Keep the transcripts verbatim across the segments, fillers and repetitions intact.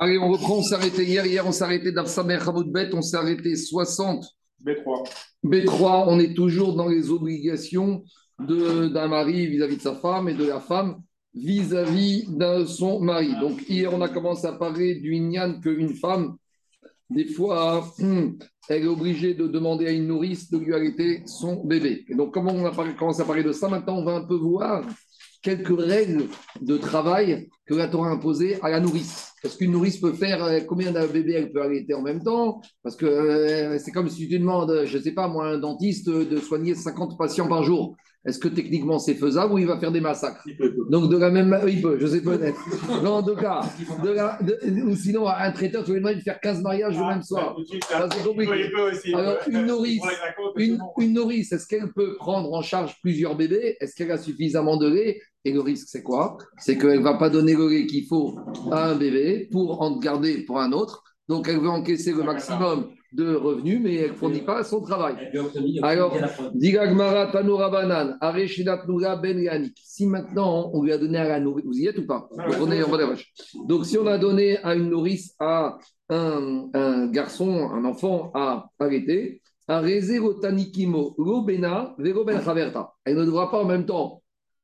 Allez, on reprend, on s'est arrêté hier. Hier, on s'est arrêté d'Afsamer Hamoud Bet, on s'est arrêté soixante. B trois. B trois, on est toujours dans les obligations de- d'un mari vis-à-vis de sa femme et de la femme vis-à-vis de son mari. Donc, hier, on a commencé à parler du Inyan qu'une femme, des fois, hum, elle est obligée de demander à une nourrice de lui allaiter son bébé. Et donc, comment on a parlé- commencé à parler de ça, maintenant, on va un peu voir quelques règles de travail que la Torah a imposées à la nourrice. Est-ce qu'une nourrice peut faire euh, combien d'un bébé elle peut allaiter en même temps? Parce que euh, c'est comme si tu demandes, je ne sais pas moi, à un dentiste de soigner cinquante patients par jour. Est-ce que techniquement c'est faisable ou il va faire des massacres? Il peut, il peut. Donc de la même, oui, il peut, je sais peut-être. Non, en tout cas, de la- de- ou sinon un traiteur, tu lui demandes de faire quinze mariages le Ah, même soir. tout de suite, Ça, là. c'est Il peut, compliqué. il peut aussi. Il Alors peut. une Il nourrice, prend les racontes, c'est une, bon. une nourrice, est-ce qu'elle peut prendre en charge plusieurs bébés? Est-ce qu'elle a suffisamment de lait? Et le risque, c'est quoi? C'est qu'elle ne va pas donner le lait qu'il faut à un bébé pour en garder pour un autre. Donc, elle veut encaisser le maximum de revenus, mais elle ne fournit pas son travail. Alors, Digagmara Tanoura Banan, Areshidat Noura Ben Yannick. Si maintenant on lui a donné à la nourrice, vous y êtes ou pas? Donc, on est, on va les vaches. Donc, si on a donné à une nourrice à un, un garçon, un enfant à allaiter, à Rezero Tanikimo, Robena, Vero Ben Chaverta. Elle ne devra pas en même temps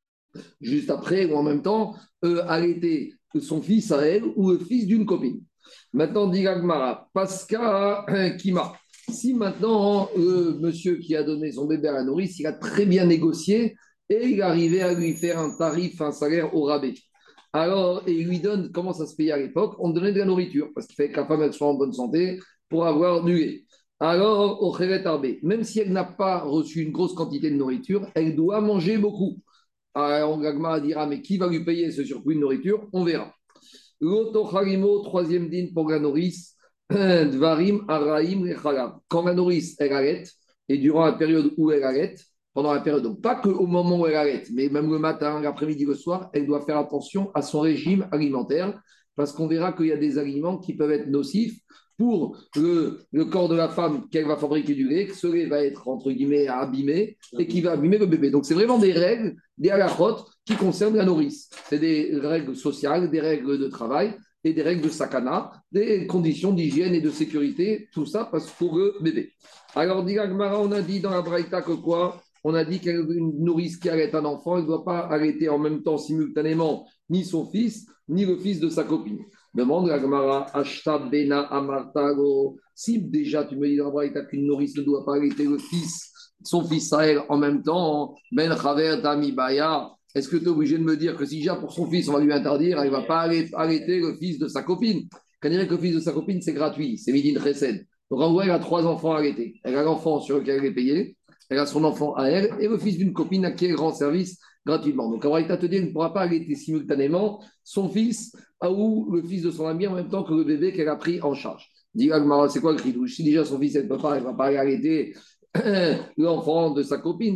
juste après ou en même temps, euh, allaiter son fils à elle ou le fils d'une copine. Maintenant, dit Gagmara, Pascal euh, Kima. Si maintenant, le monsieur qui a donné son bébé à la nourrice, il a très bien négocié et il est arrivé à lui faire un tarif, un salaire au rabais. Alors, et il lui donne, comment ça se payait à l'époque? On donnait de la nourriture parce qu'il fallait que la femme elle soit en bonne santé pour avoir du lait. Alors, au Kheret Arbé, même si elle n'a pas reçu une grosse quantité de nourriture, elle doit manger beaucoup. Alors, Gagmara dira, mais qui va lui payer ce surplus de nourriture? On verra. L'auto harimo, troisième din pour la nourrice, dvarim, araim, rechalab. Quand la nourrice, elle arrête, et durant la période où elle arrête, pendant la période, donc pas qu'au moment où elle arrête, mais même le matin, l'après-midi, le soir, elle doit faire attention à son régime alimentaire, parce qu'on verra qu'il y a des aliments qui peuvent être nocifs pour le, le corps de la femme qu'elle va fabriquer du lait, que ce lait va être, entre guillemets, abîmé, et qui va abîmer le bébé. Donc c'est vraiment des règles, des halachot, qui concernent la nourrice. C'est des règles sociales, des règles de travail et des règles de sakana, des conditions d'hygiène et de sécurité, tout ça passe pour le bébé. Alors, dit Agmara, on a dit dans la Braïta que quoi? On a dit qu'une nourrice qui arrête un enfant, elle ne doit pas arrêter en même temps, simultanément, ni son fils, ni le fils de sa copine. Demande Agmara, Ashta Bena Amartago. Si déjà tu me dis dans la Braïta qu'une nourrice ne doit pas arrêter le fils, son fils à elle en même temps, Ben Chaver Dami Baya, est-ce que tu es obligé de me dire que si déjà pour son fils, on va lui interdire, il ne va pas arrêter le fils de sa copine? Quand dirait que le fils de sa copine, c'est gratuit, c'est Midin Chesed. Donc en gros, elle a trois enfants à arrêter. Elle a l'enfant sur lequel elle est payée, elle a son enfant à elle, et le fils d'une copine à qui elle rend service gratuitement. Donc Abraïta te dit qu'elle ne pourra pas arrêter simultanément son fils ou le fils de son ami en même temps que le bébé qu'elle a pris en charge. Dis c'est quoi le cri? Si déjà son fils, elle ne peut pas, elle ne va pas arrêter l'enfant de sa copine,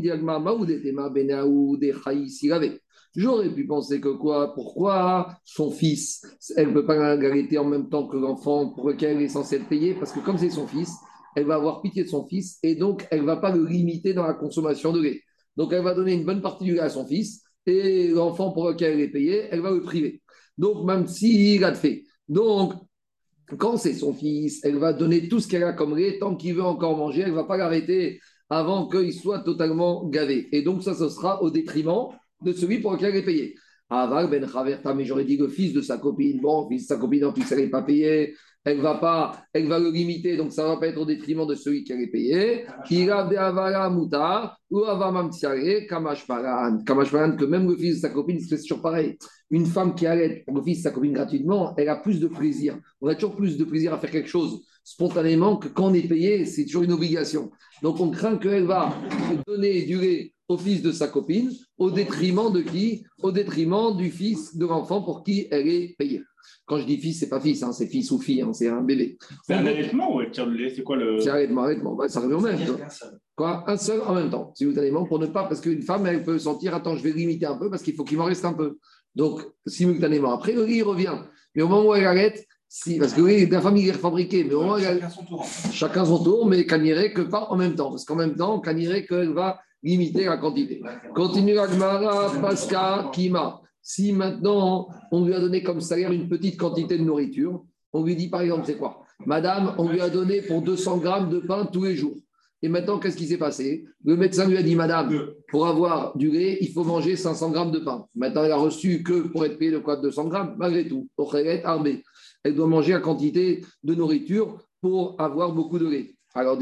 j'aurais pu penser que quoi, pourquoi son fils, elle ne peut pas l'arrêter en même temps que l'enfant pour lequel elle est censée être payée, parce que comme c'est son fils, elle va avoir pitié de son fils et donc elle ne va pas le limiter dans la consommation de lait. Donc elle va donner une bonne partie du lait à son fils et l'enfant pour lequel elle est payée, elle va le priver. Donc même s'il a de fait. Donc quand c'est son fils, elle va donner tout ce qu'elle a comme lait, tant qu'il veut encore manger, elle ne va pas l'arrêter avant qu'il soit totalement gavé. Et donc ça, ce sera au détriment de celui pour lequel elle est payée. Aval ben Khaverta, mais j'aurais dit le fils de sa copine, bon, le fils de sa copine, en plus, elle n'est pas payée, elle va pas, elle va le limiter, donc ça ne va pas être au détriment de celui qui est payé. Il a de avala mutar, ou avamamtiare, kamashparan. Kamashparan, que même le fils de sa copine, c'est toujours pareil. Une femme qui arrête pour le fils de sa copine gratuitement, elle a plus de plaisir. On a toujours plus de plaisir à faire quelque chose spontanément que quand on est payé, c'est toujours une obligation. Donc on craint qu'elle va donner du lait au fils de sa copine au détriment de qui? Au détriment du fils de l'enfant pour qui elle est payée. Quand je dis fils, c'est pas fils, hein, c'est fils ou fille, hein, c'est un bébé. C'est un allaitement ou elle tire le lait? C'est quoi le. C'est allaitement, allaitement. Bah, ça revient au même. Quoi? Un seul en même temps, simultanément, pour ne pas, parce qu'une femme, elle peut sentir, attends, je vais limiter un peu parce qu'il faut qu'il m'en reste un peu. Donc, simultanément. Après, le riz revient. Mais au moment où elle arrête, si, parce que oui, la famille est fabriquée, mais au moment où elle, Chacun son tour. chacun son tour, mais Kaniré que pas en même temps. Parce qu'en même temps, Kaniré qu'elle va limiter la quantité. Continue Agmara, Pasca, Kima. Si maintenant, on lui a donné comme salaire une petite quantité de nourriture, On lui dit par exemple, c'est quoi? Madame, on lui a donné pour deux cents grammes de pain tous les jours. Et maintenant, qu'est-ce qui s'est passé? Le médecin lui a dit, Madame, pour avoir du lait, il faut manger cinq cents grammes de pain. Maintenant, elle a reçu que pour être payée de quoi? deux cents grammes, malgré tout. Elle doit manger la quantité de nourriture pour avoir beaucoup de lait. Alors,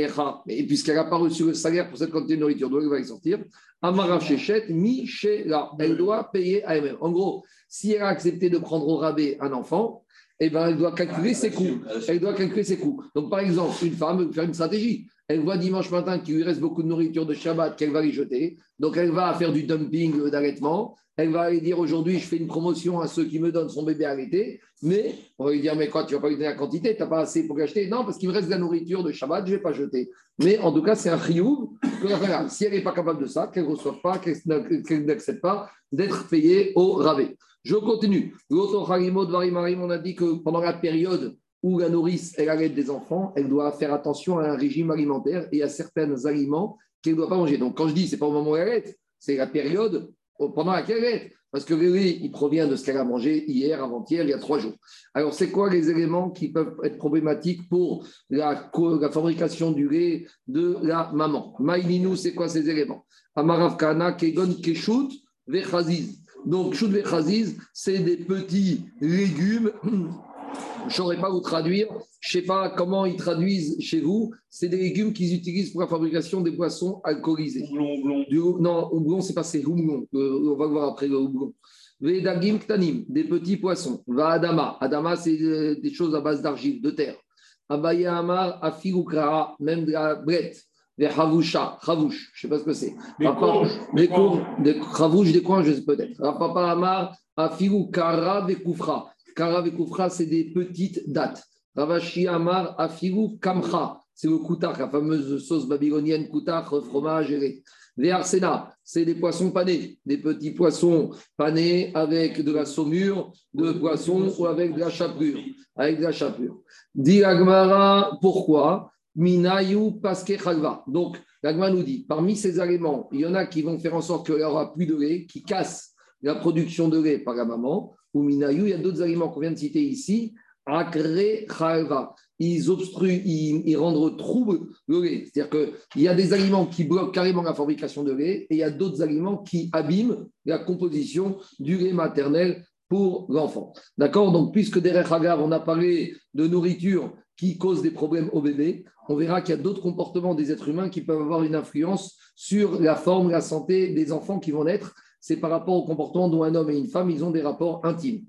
et puisqu'elle n'a pas reçu le salaire pour cette quantité de nourriture, donc elle va y sortir. Amarav Shechet, mi Shela. Elle doit payer à elle-même. En gros, si elle a accepté de prendre au rabais un enfant, eh ben, elle doit calculer ses coûts. Elle doit calculer ses coûts. Donc, par exemple, une femme veut faire une stratégie. Elle voit dimanche matin qu'il lui reste beaucoup de nourriture de Shabbat qu'elle va y jeter. Donc, elle va faire du dumping d'allaitement. Elle va aller dire aujourd'hui, je fais une promotion à ceux qui me donnent son bébé arrêté. Mais on va lui dire, mais quoi, tu ne vas pas lui donner la quantité, tu n'as pas assez pour l'acheter. Non, parce qu'il me reste de la nourriture de Shabbat, je ne vais pas jeter. Mais en tout cas, c'est un chiyuv. Si elle n'est pas capable de ça, qu'elle ne reçoive pas, qu'elle n'accepte pas d'être payée au rabais. Je continue. L'autre Harimo de Varimarim, on a dit que pendant la période où la nourrice, elle allaite des enfants, elle doit faire attention à un régime alimentaire et à certains aliments qu'elle ne doit pas manger. Donc, quand je dis, ce n'est pas au moment où elle allaite, c'est la période pendant laquelle elle allaite. Parce que le lait, il provient de ce qu'elle a mangé hier, avant-hier, il y a trois jours. Alors, c'est quoi les éléments qui peuvent être problématiques pour la, la fabrication du lait de la maman? Maïlinou, c'est quoi ces éléments? Amaravkana, Kegon, Keshut, Vechaziz. Donc, Shut Vechaziz, c'est des petits légumes. Je ne saurais pas vous traduire. Je ne sais pas comment ils traduisent chez vous. C'est des légumes qu'ils utilisent pour la fabrication des boissons alcoolisées. Houblon, houblon. Du, non, houblon, c'est pas c'est houblon. Euh, on va le voir après le houblon. Vedagim ktanim, des petits poissons. Va adama. Adama, c'est euh, des choses à base d'argile, de terre. Abaya amar, afilukra, même de la brette. Des chavoucha, chavouche, je ne sais pas ce que c'est. Des Papa, courges. des courges, des chavouches, des coins, je sais peut-être. Papa amar, afilukara, des koufra. Kara et Koufra, c'est des petites dattes. Ravashi Amar Afilou Kamcha, c'est le koutar, la fameuse sauce babylonienne koutar, fromage et lait. Les arsena, c'est des poissons panés, des petits poissons panés avec de la saumure, de poisson ou avec de la chapelure. Avec de la chapelure. Dit Agmara, pourquoi? Minayu Paske Chalva. Donc, l'Agmara nous dit, parmi ces aliments, il y en a qui vont faire en sorte qu'il n'y aura plus de lait, qui cassent la production de lait par la maman. Ou Minayu, il y a d'autres aliments qu'on vient de citer ici. Akre Chalva. Ils obstruent, ils, ils rendent trouble le lait. C'est-à-dire qu'il y a des aliments qui bloquent carrément la fabrication de lait et il y a d'autres aliments qui abîment la composition du lait maternel pour l'enfant. D'accord? Donc, puisque derrière Hagav, on a parlé de nourriture qui cause des problèmes au bébé, on verra qu'il y a d'autres comportements des êtres humains qui peuvent avoir une influence sur la forme, la santé des enfants qui vont naître. C'est par rapport au comportement dont un homme et une femme, ils ont des rapports intimes.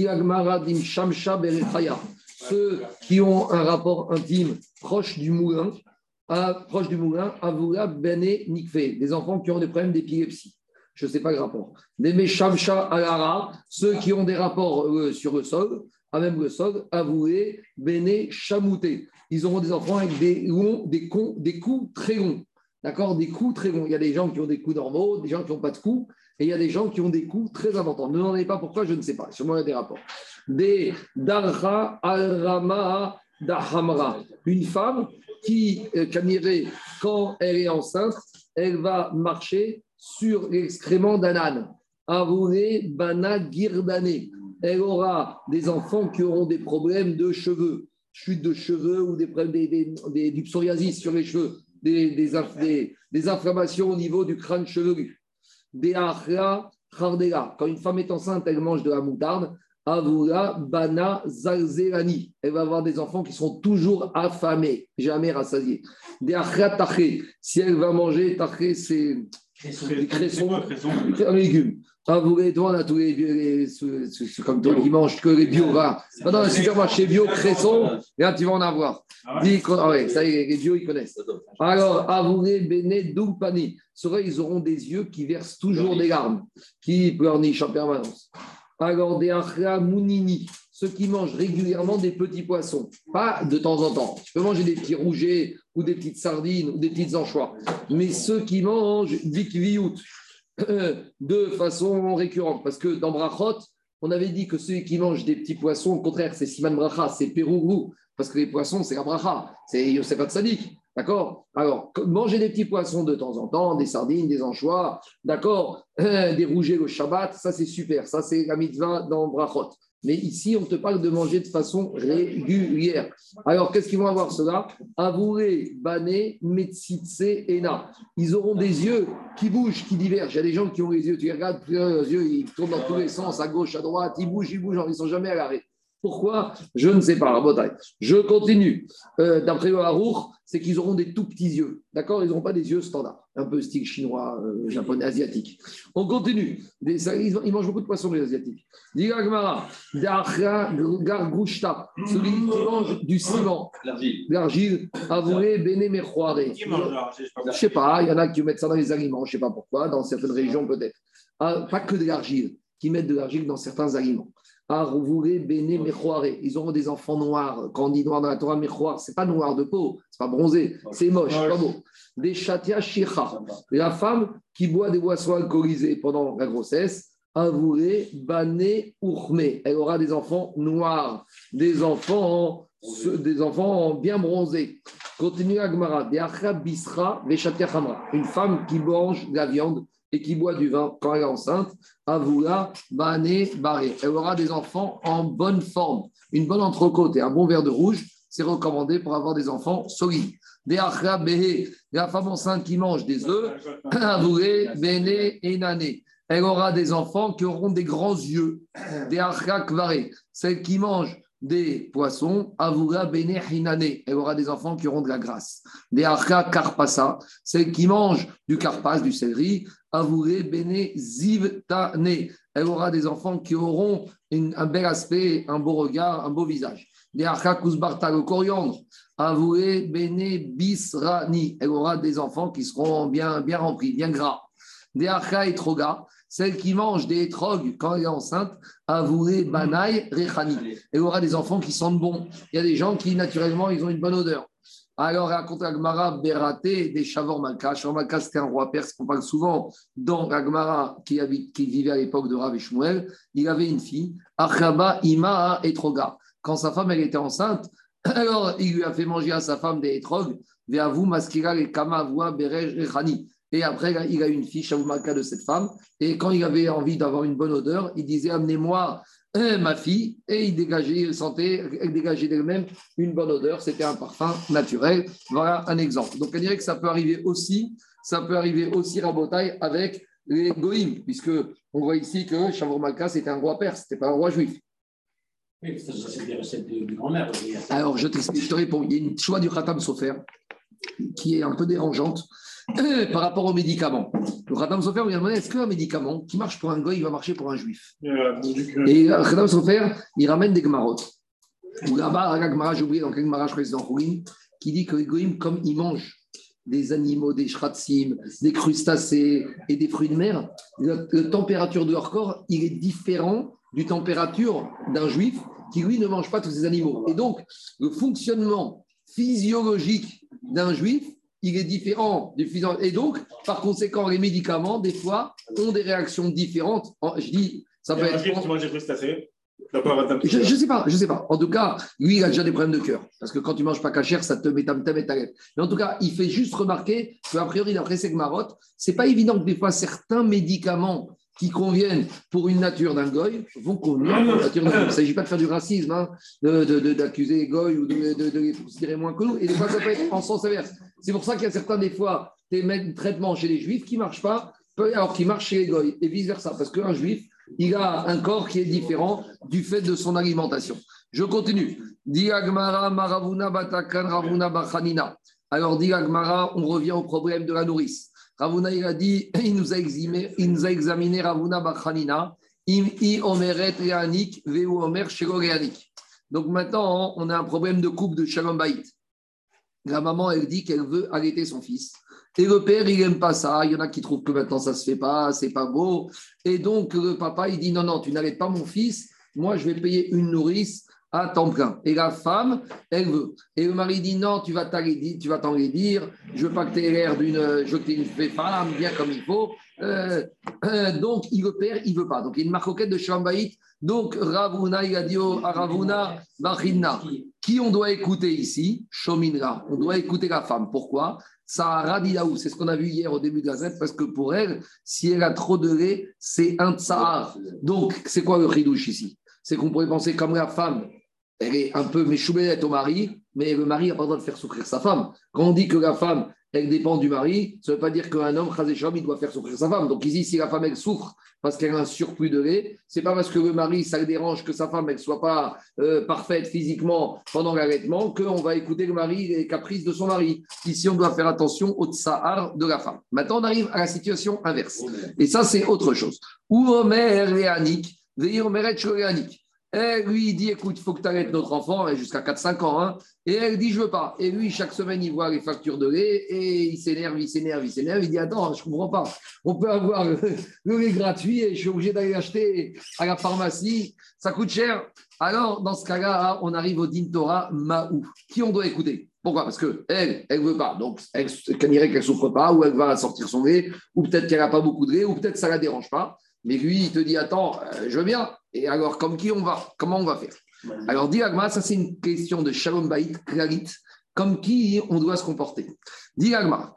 Ceux qui ont un rapport intime proche du moulin, à, proche du moulin, Avoula Bene Nikfe, des enfants qui ont des problèmes d'épilepsie. Je ne sais pas le rapport. Des Meshamsha Alara, ceux qui ont des rapports euh, sur le sol, à même le sol, Avoué Bene Chamouté. Ils auront des enfants avec des, longs, des, con, des coups très longs. D'accord? Des coups très longs. Il y a des gens qui ont des coups normaux, des gens qui n'ont pas de coups. Et il y a des gens qui ont des coups très importants. Ne demandez pas pourquoi, je ne sais pas. Sûrement, il y a des rapports. Des Darha al-Rama Dahamra. Une femme qui, euh, quand elle est enceinte, elle va marcher sur l'excrément d'un âne. Avouré Bana Girdane. Elle aura des enfants qui auront des problèmes de cheveux, chute de cheveux ou des problèmes des, des, des, du psoriasis sur les cheveux, des, des, des, des inflammations au niveau du crâne chevelu. Des achra khardela. Quand une femme est enceinte, elle mange de la moutarde. Avura bana zalzelani. Elle va avoir des enfants qui sont toujours affamés, jamais rassasiés. Des achra taché. Si elle va manger, taché, c'est des cressons, un légume. Avouez, toi, on a tous les, les, c'est comme toi qui mange que les bio. Va. Va dans le supermarché bio, cresson, et là, tu vas en avoir. Ah ouais, ah ouais, ça y est, les bio, ils connaissent. Alors, avouez, béné, doupani. Ceux-là, ils auront des yeux qui versent toujours des larmes, qui pleurnichent en permanence. Alors, des achra mounini, ceux qui mangent régulièrement des petits poissons, pas de temps en temps. Tu peux manger des petits rougets ou des petites sardines ou des petites anchois, mais ceux qui mangent vikviout de façon récurrente. Parce que dans Brachot, on avait dit que ceux qui mangent des petits poissons, au contraire, c'est Siman Bracha, c'est Pérourou, parce que les poissons, c'est la Bracha, c'est Yosef Hatzadik. D'accord? Alors, manger des petits poissons de temps en temps, des sardines, des anchois, d'accord? Des rougets le Shabbat, ça c'est super. Ça c'est la mitzvah dans Brachot. Mais ici, on te parle de manger de façon régulière. Alors, qu'est-ce qu'ils vont avoir cela? Avoué, bané, metsitse, ena. Ils auront des yeux qui bougent, qui divergent. Il y a des gens qui ont les yeux, tu les regardes, leurs yeux, ils tournent dans tous les sens, à gauche, à droite, ils bougent, ils bougent, ils ne sont jamais à l'arrêt. Pourquoi? Je ne sais pas. Rabotai. Je continue. Euh, d'après le Harour, c'est qu'ils auront des tout petits yeux. D'accord? Ils n'auront pas des yeux standards. Un peu style chinois, euh, japonais, asiatique. On continue. Des, ça, ils, ils mangent beaucoup de poissons, les asiatiques. Diga Gemara, Dachra Gargushta, celui qui mange du ciment, l'argile, avoué, béné, mechoiré. Qui mange l'argile? Je ne sais pas. Il y en a qui mettent ça dans les aliments. Je ne sais pas pourquoi. Dans certaines régions, peut-être. Ah, pas que de l'argile, qui mettent de l'argile dans certains aliments. Ils auront des enfants noirs. Quand on dit noir dans la Torah, Mechoir, ce n'est pas noir de peau, ce n'est pas bronzé, c'est moche, pas beau. Des chatia shicha. La femme qui boit des boissons alcoolisées pendant la grossesse, avoué, bané, urmé. Elle aura des enfants noirs, des enfants, des enfants bien bronzés. Continue Agmara. Des achra bisra, des chatia chamra. Une femme qui mange de la viande et qui boit du vin quand elle est enceinte, avoula, bané, barré. Elle aura des enfants en bonne forme, une bonne entrecôte et un bon verre de rouge, c'est recommandé pour avoir des enfants solides. Des achra béhé, la femme enceinte qui mange des œufs, avoulé, béné et nané. Elle aura des enfants qui auront des grands yeux. Des achra kvaré, celle qui mange des poissons, avoula, béné, hinane. Elle aura des enfants qui auront de la grâce. Des achra karpasa, celle qui mange du karpas, du céleri, avoué, béné, zivtane. Elle aura des enfants qui auront une, un bel aspect, un beau regard, un beau visage. Des achra kusbarta, le coriandre, avoué, béné, bisrani. Elle aura des enfants qui seront bien, bien remplis, bien gras. Des achra etroga, celle qui mange des étrogues quand elle est enceinte, avoué, banaï, rechani. Elle aura des enfants qui sentent bon. Il y a des gens qui, naturellement, ils ont une bonne odeur. Alors, raconte Agmara, Beraté, des Shavor Malka. Shavor Malka, c'était un roi perse qu'on parle souvent dans Agmara, qui, qui vivait à l'époque de Rav et Shmuel. Il avait une fille, Achaba, Ima, Etroga. Quand sa femme, elle était enceinte, alors il lui a fait manger à sa femme des étrogues, Veavu, Maskira, et Kama, Voa, Berej, Rechani. Et après, il a eu une fille, Shavor Malka, de cette femme. Et quand il avait envie d'avoir une bonne odeur, il disait, amenez-moi ma fille, et il dégageait, il sentait, elle dégageait d'elle-même une bonne odeur, c'était un parfum naturel. Voilà un exemple. Donc on dirait que ça peut arriver aussi, ça peut arriver aussi Rabotai avec les Goïm, puisque on voit ici que Shavor Malka c'était un roi perse, c'était pas un roi juif. Oui, ça c'est des recettes de grand-mère. Alors je, je te réponds, il y a une choix du Khatam Sofer qui est un peu dérangeante par rapport aux médicaments. Le Khatam Sofer lui a demandé est-ce qu'un médicament qui marche pour un goy, il va marcher pour un juif? Euh, Et le Khatam Sofer, il ramène des Gemarotes. Là-bas, la Gemara, j'ai oublié dans quelle Gemara, je crois que c'est dans Khourim, qui dit que les goyim, comme ils mangent des animaux, des shratsim, des crustacés et des fruits de mer, la, la température de leur corps, il est différent du température d'un juif qui, lui, ne mange pas tous ces animaux. Et donc, le fonctionnement physiologique d'un juif, il est différent du physiologique. Et donc, par conséquent, les médicaments, des fois, ont des réactions différentes. Je dis, ça peut un être... juif qui mange des crustacés. Je ne sais pas, je sais pas. En tout cas, lui, il a déjà des problèmes de cœur. Parce que quand tu ne manges pas cachère, ça te met ta met ta lèvre. Mais en tout cas, il fait juste remarquer qu'a priori, d'après ces Gmarot, ce n'est pas évident que des fois, certains médicaments qui conviennent pour une nature d'un goy vont convenir pour une nature d'un goy. Il ne s'agit pas de faire du racisme, hein, de, de, de, d'accuser les goy ou de, de, de les considérer moins que nous. Et des fois, ça peut être en sens inverse. C'est pour ça qu'il y a certains, des fois, des traitements chez les juifs qui ne marchent pas, alors qu'ils marchent chez les goy. Et vice-versa. Parce qu'un juif, il a un corps qui est différent du fait de son alimentation. Je continue. Diagmara maravuna batakan ravuna bachanina. Alors, Diagmara, on revient au problème de la nourrice. Ravuna, il a dit, il nous a examiné, il nous a examiné Ravuna bachanina, im i omeret reanik, veu omer shelo reanik. Donc maintenant, on a un problème de couple de shalom baït. La maman, elle dit qu'elle veut allaiter son fils. Et le père, il n'aime pas ça. Il y en a qui trouvent que maintenant, ça ne se fait pas, c'est pas beau. Et donc, le papa, il dit, non, non, tu n'allaites pas mon fils. Moi, je vais payer une nourrice à temps plein. Et la femme, elle veut. Et le mari dit, non, tu vas t'enlaidir, tu vas t'enlaidir. Je veux pas que tu aies l'air d'une... Je veux que tu aies une femme, bien comme il faut. Euh, euh, donc, il, le père, il ne veut pas. Donc, il y a une marcoquette de Shambaït. Donc, Ravuna, il a dit à Ravuna, Bachinna, qui on doit écouter ici? Shominra. On doit écouter la femme. Pourquoi? Sahara Dilaou, c'est ce qu'on a vu hier au début de la Z, parce que pour elle, si elle a trop de lait, c'est un tsahar. Donc, c'est quoi le chidouche ici? c'est qu'on pourrait penser comme la femme, elle est un peu méchoubelette au mari, mais le mari n'a pas le droit de faire souffrir sa femme. Quand on dit que la femme, elle dépend du mari, ça ne veut pas dire qu'un homme, Chazécham, il doit faire souffrir sa femme. Donc ici, si la femme, elle souffre parce qu'elle a un surplus de lait, ce n'est pas parce que le mari, ça le dérange que sa femme, elle ne soit pas euh, parfaite physiquement pendant l'allaitement, qu'on va écouter le mari, les caprices de son mari. Ici, on doit faire attention au tsahar de la femme. Maintenant, on arrive à la situation inverse. Et ça, c'est autre chose. Ou Omer Léanik, Veillez Omeret Léanik. Elle lui dit, écoute, il faut que tu arrêtes notre enfant jusqu'à quatre cinq ans. Hein. Et elle dit, je veux pas. Et lui, chaque semaine, il voit les factures de lait et il s'énerve, il s'énerve, il s'énerve. Il dit, attends, je ne comprends pas. On peut avoir le, le lait gratuit et je suis obligé d'aller l'acheter à la pharmacie. Ça coûte cher. Alors, dans ce cas-là, on arrive au Din Torah Maou. Qui on doit écouter? Pourquoi? Parce qu'elle, elle ne veut pas. Donc, elle, elle dirait qu'elle ne souffre pas, ou elle va sortir son lait, ou peut-être qu'elle n'a pas beaucoup de lait, ou peut-être que ça ne la dérange pas. Mais lui, il te dit, attends, euh, je veux bien. Et alors, comme qui on va? Comment on va faire? Alors, dit Agma, ça c'est une question de Shalom Baït, Klalit, comme qui on doit se comporter. Dit Agma,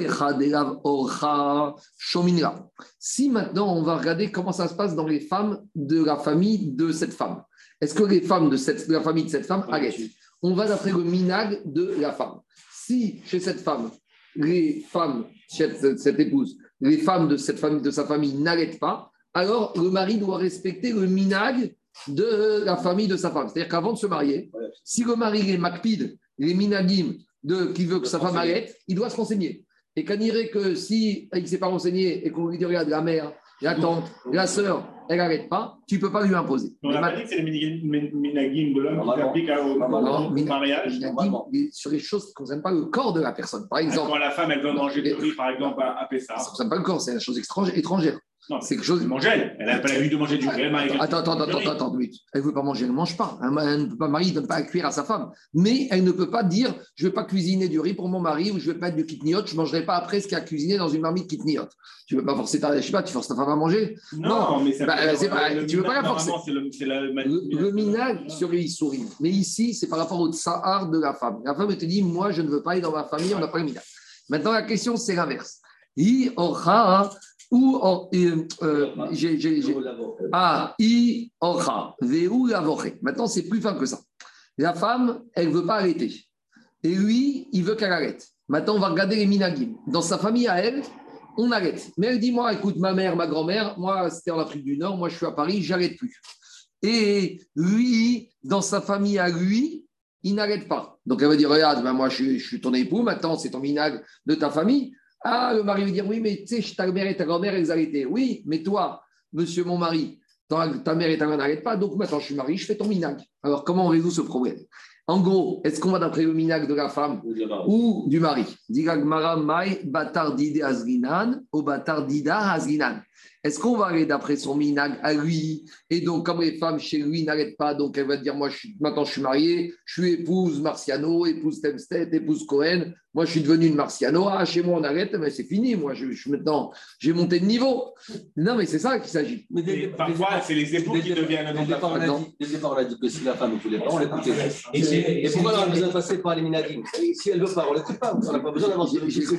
si maintenant on va regarder comment ça se passe dans les femmes de la famille de cette femme. Est-ce que les femmes de, cette, de la famille de cette femme allaitent? On va d'après le minag de la femme. Si chez cette femme, les femmes, chez cette, cette épouse, les femmes de cette famille, de sa famille n'allaitent pas, alors le mari doit respecter le minag de la famille de sa femme. C'est-à-dire qu'avant de se marier, si le mari est makpid, les minagim de qui veut que sa femme allaite, il doit se renseigner. Et qu'on dirait que si il ne s'est pas renseigné et qu'on lui dit regarde la mère, la tante, la sœur, elle n'arrête pas, tu ne peux pas lui imposer. On n'a pas dit que c'est les minagim de l'homme qui s'appliquent au mariage. Minagim, sur les choses qui ne concernent pas le corps de la personne. Par exemple, quand la femme elle veut manger du riz, par exemple, à Pessah. Ça ne concerne pas le corps, c'est une chose étrangère. Non, c'est quelque chose. Manger elle. Elle n'a pas l'habitude de manger du riz. Attends, attends, attends, attends, attends, elle ne veut pas manger, elle ne mange pas. Elle ne peut pas, mari ne donne pas à cuire à sa femme. Mais elle ne peut pas dire je ne vais pas cuisiner du riz pour mon mari ou je ne vais pas être du kitniot, je ne mangerai pas après ce qu'il a cuisiné dans une marmite kitniot. Tu ne veux pas forcer ta. Je sais pas, tu forces ta femme à manger? Non, non mais ça bah, c'est pas, tu ne veux pas la forcer. C'est le, c'est la... Le, le minag sur les souris. Mais ici, c'est par rapport au tsahar de la femme. La femme, elle te dit moi, je ne veux pas aller dans ma famille, on n'a pas le minag. Maintenant, la question, c'est l'inverse. I aura. Ou en, euh, euh, j'ai, j'ai, j'ai, ah, i orcha, veu lavoche. Maintenant, c'est plus fin que ça. La femme, elle ne veut pas arrêter. Et lui, il veut qu'elle arrête. Maintenant, on va regarder les minagim. Dans sa famille à elle, on arrête. Mais elle dit, moi, écoute, ma mère, ma grand-mère, moi, c'était en Afrique du Nord, moi, je suis à Paris, j'arrête plus. Et lui, dans sa famille à lui, il n'arrête pas. Donc, elle va dire, regarde, ben, moi, je suis, je suis ton époux, maintenant, c'est ton minag de ta famille. Ah, le mari va dire, oui, mais tu sais, ta mère et ta grand-mère, elles arrêtaient. Oui, mais toi, monsieur mon mari, ta, ta mère et ta grand-mère n'arrêtent pas, donc maintenant je suis marié, je fais ton minag. Alors, comment on résout ce problème? En gros, est-ce qu'on va d'après le minag de la femme ou du mari? Digagmara mai batar dide azginan ou batar dida azginan. Est-ce qu'on va aller d'après son minag à lui? Et donc, comme les femmes chez lui n'arrêtent pas, donc elle va dire, moi, je suis, maintenant je suis mariée, je suis épouse Marciano, épouse Temstedt, épouse Cohen. Moi, je suis devenue une Marciano. Ah, chez moi, on arrête, mais c'est fini. Moi, je, je suis maintenant, j'ai monté de niveau. Non, mais c'est ça qu'il s'agit. Mais des, parfois, c'est les époux qui deviennent Dès le départ, on a dit que si la femme ne voulait pas, on l'écoutait. Et, et pourquoi on a besoin de passer par les minagim? Si elle ne veut pas, on ne l'écoute pas. On n'a pas besoin d'avoir.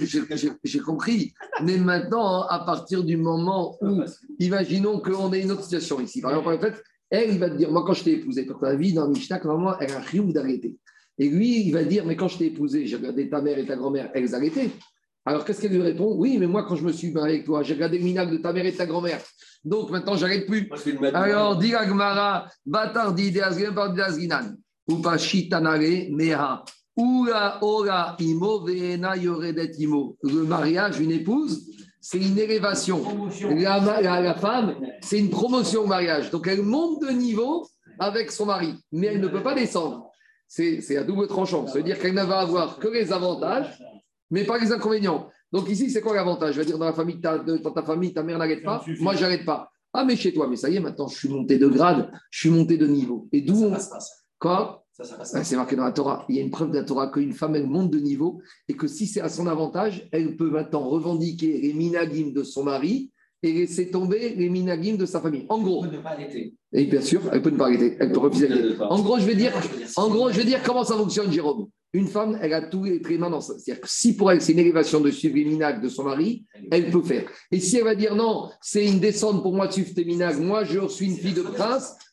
J'ai compris. Mais maintenant, à partir du moment où, imaginons qu'on ait une autre situation ici. Par exemple, en fait, elle, il va te dire, moi, quand je t'ai épousé, quand tu as vu dans Mishnah, normalement, elle a un riouf d'arrêter. Et lui, il va dire, mais quand je t'ai épousé, j'ai regardé ta mère et ta grand-mère, elles arrêtaient. Alors, qu'est-ce qu'elle lui répond? Oui, mais moi, quand je me suis marié avec toi, j'ai regardé le minag de ta mère et de ta grand-mère. Donc, maintenant, j'arrête plus. Alors, dit Agmara, Batar di Deazginan par Deazginan, ou pas Chitanare, Meha, ou la Ora Imo, Veena Yoredet Imo. Le mariage, une épouse, c'est une élévation. La, la, la femme, c'est une promotion au mariage. Donc, elle monte de niveau avec son mari, mais elle ne peut pas descendre. C'est, c'est à double tranchant. Ça veut dire qu'elle ne va avoir que les avantages, mais pas les inconvénients. Donc ici, c'est quoi l'avantage? Je veux dire, dans la famille, ta, de, dans ta famille, ta mère n'arrête pas, moi, je n'arrête pas. Ah, mais chez toi, mais ça y est, maintenant, je suis monté de grade, je suis monté de niveau. Et d'où on... Quoi? Ça, ça passe. C'est marqué dans la Torah. Il y a une preuve de la Torah qu'une femme, elle monte de niveau et que si c'est à son avantage, elle peut maintenant revendiquer les minagim de son mari et laisser tomber les minagim de sa famille. En gros, elle peut ne pas arrêter. Et bien sûr, elle peut ne pas arrêter. Elle peut refuser d'arrêter. En gros, je vais dire, en gros, je vais dire comment ça fonctionne, Jérôme. Une femme, elle a tous les traits dans ça. C'est-à-dire que si pour elle, c'est une élévation de suivre les minag de son mari, elle peut faire. Et si elle va dire non, c'est une descente pour moi de suivre tes minag, moi je suis une fille de prince,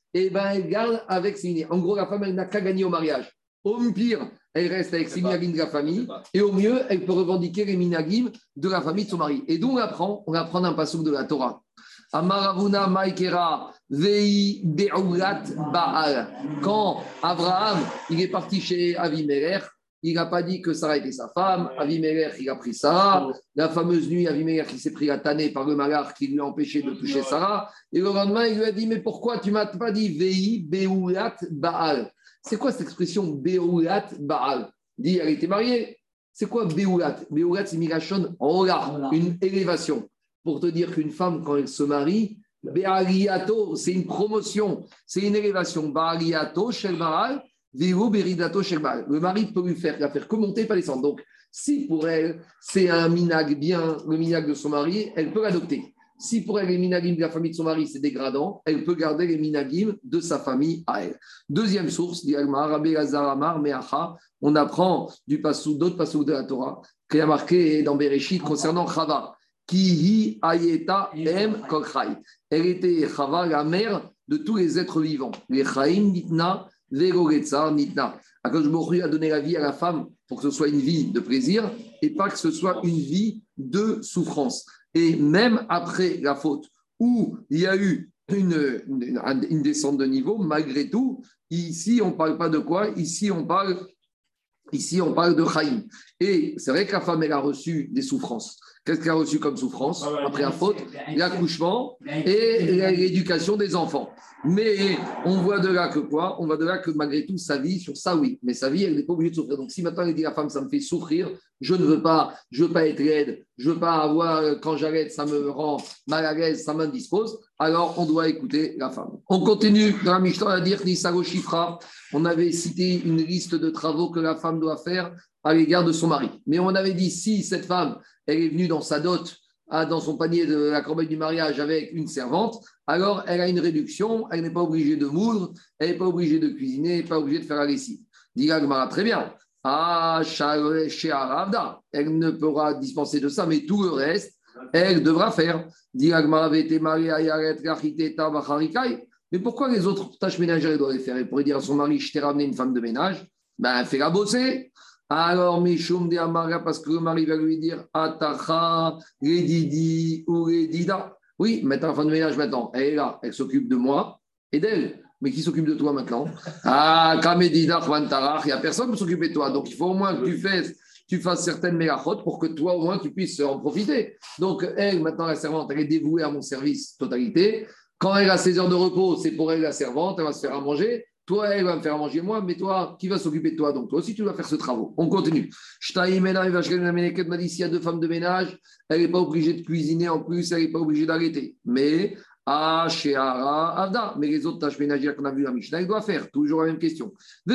et ben elle garde avec ses minagim. En gros, la femme, elle n'a qu'à gagner au mariage. Au pire, elle reste avec ses minagim de la famille, et au mieux, elle peut revendiquer les minagim de la famille de son mari. Et d'où on apprend On apprend d'un passouk de la Torah. Amaravuna Maikera Vei Beurat Baal. Quand Abraham il est parti chez Avimelech, il n'a pas dit que Sarah était sa femme. Avimelech, il a pris Sarah. La fameuse nuit, Avimelech, il s'est pris la tannée par le malach qui lui a empêché de toucher Sarah. Et le lendemain, il lui a dit mais pourquoi tu ne m'as pas dit Vei Beurat Baal? C'est quoi cette expression Beurat Baal? Dit elle était mariée. C'est quoi Beurat? Beurat, c'est Migashon Ola, une élévation. Pour te dire qu'une femme, quand elle se marie, Be'aliato, c'est une promotion, c'est une élévation. Be'aliato, shel Baal, Vero Beridato, shel Baal. Le mari peut lui faire la faire que monter, pas descendre. Donc, si pour elle, c'est un minag bien, le minag de son mari, elle peut l'adopter. Si pour elle, les minagim de la famille de son mari, c'est dégradant, elle peut garder les minagim de sa famille à elle. Deuxième source, dit Agmar, Rabbi Lazar Amar, Meacha, on apprend du passou, d'autres passous de la Torah, qui a marqué dans Bereshit concernant Chava. Kihi Ayeta Em Kokrai. Elle était Chava, la mère de tous les êtres vivants. Les Chaim Nitna, Vegoretsa Nitna. Akadosh Baruch Hu a donné la vie à la femme pour que ce soit une vie de plaisir et pas que ce soit une vie de souffrance. Et même après la faute, où il y a eu une, une, une descente de niveau, malgré tout, ici on ne parle pas de quoi? Ici on parle, ici on parle de Chaim. Et c'est vrai que la femme, elle a reçu des souffrances. Qu'est-ce qu'elle a reçu comme souffrance après la faute? L'accouchement et l'éducation des enfants. Mais on voit de là que quoi? On voit de là que malgré tout, sa vie, sur ça, oui. Mais sa vie, elle n'est pas obligée de souffrir. Donc si maintenant elle dit à la femme, ça me fait souffrir, je ne veux pas, je veux pas être laide, je ne veux pas avoir, quand j'arrête, ça me rend mal à l'aise, ça m'indispose, alors on doit écouter la femme. On continue dans la Mishnah à dire Nisago Shifra. On avait cité une liste de travaux que la femme doit faire à l'égard de son mari. Mais on avait dit, si cette femme, elle est venue dans sa dot, dans son panier de la corbeille du mariage avec une servante, alors elle a une réduction, elle n'est pas obligée de moudre, elle n'est pas obligée de cuisiner, elle n'est pas obligée de faire la lessive. Dit Agmara, très bien. Ah, chez Aravda, elle ne pourra dispenser de ça, mais tout le reste, elle devra faire. Dit Agmara, mais pourquoi les autres tâches ménagères, elle doit les faire? Elle pourrait dire à son mari, je t'ai ramené une femme de ménage, ben fais-la bosser. Alors, Mishum de Amara, parce que le mari va lui dire Atacha, Redidi ou Redida. Oui, maintenant, la femme de ménage, maintenant, elle est là, elle s'occupe de moi et d'elle. Mais qui s'occupe de toi maintenant? Ah, Kamedida, Khwantarach, il n'y a personne pour s'occuper de toi. Donc, il faut au moins que tu fasses, tu fasses certaines mégachot pour que toi, au moins, tu puisses en profiter. Donc, elle, maintenant, la servante, elle est dévouée à mon service totalité. Quand elle a ses heures de repos, c'est pour elle la servante, elle va se faire à manger. Toi, elle va me faire à manger moi, mais toi, qui va s'occuper de toi? Donc, toi aussi, tu dois faire ce travail. On continue. Shtaï Mena, m'a dit s'il y a deux femmes de ménage, elle n'est pas obligée de cuisiner en plus, elle n'est pas obligée d'arrêter. Mais, ah, Sheara, Avda, mais les autres tâches ménagères qu'on a vues à Mishnah, elle doit faire. Toujours la même question.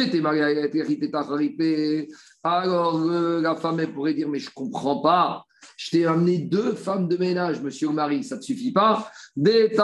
Alors, euh, la femme, elle pourrait dire, mais je ne comprends pas. Je t'ai amené deux femmes de ménage, monsieur le mari, ça ne te suffit pas. Il y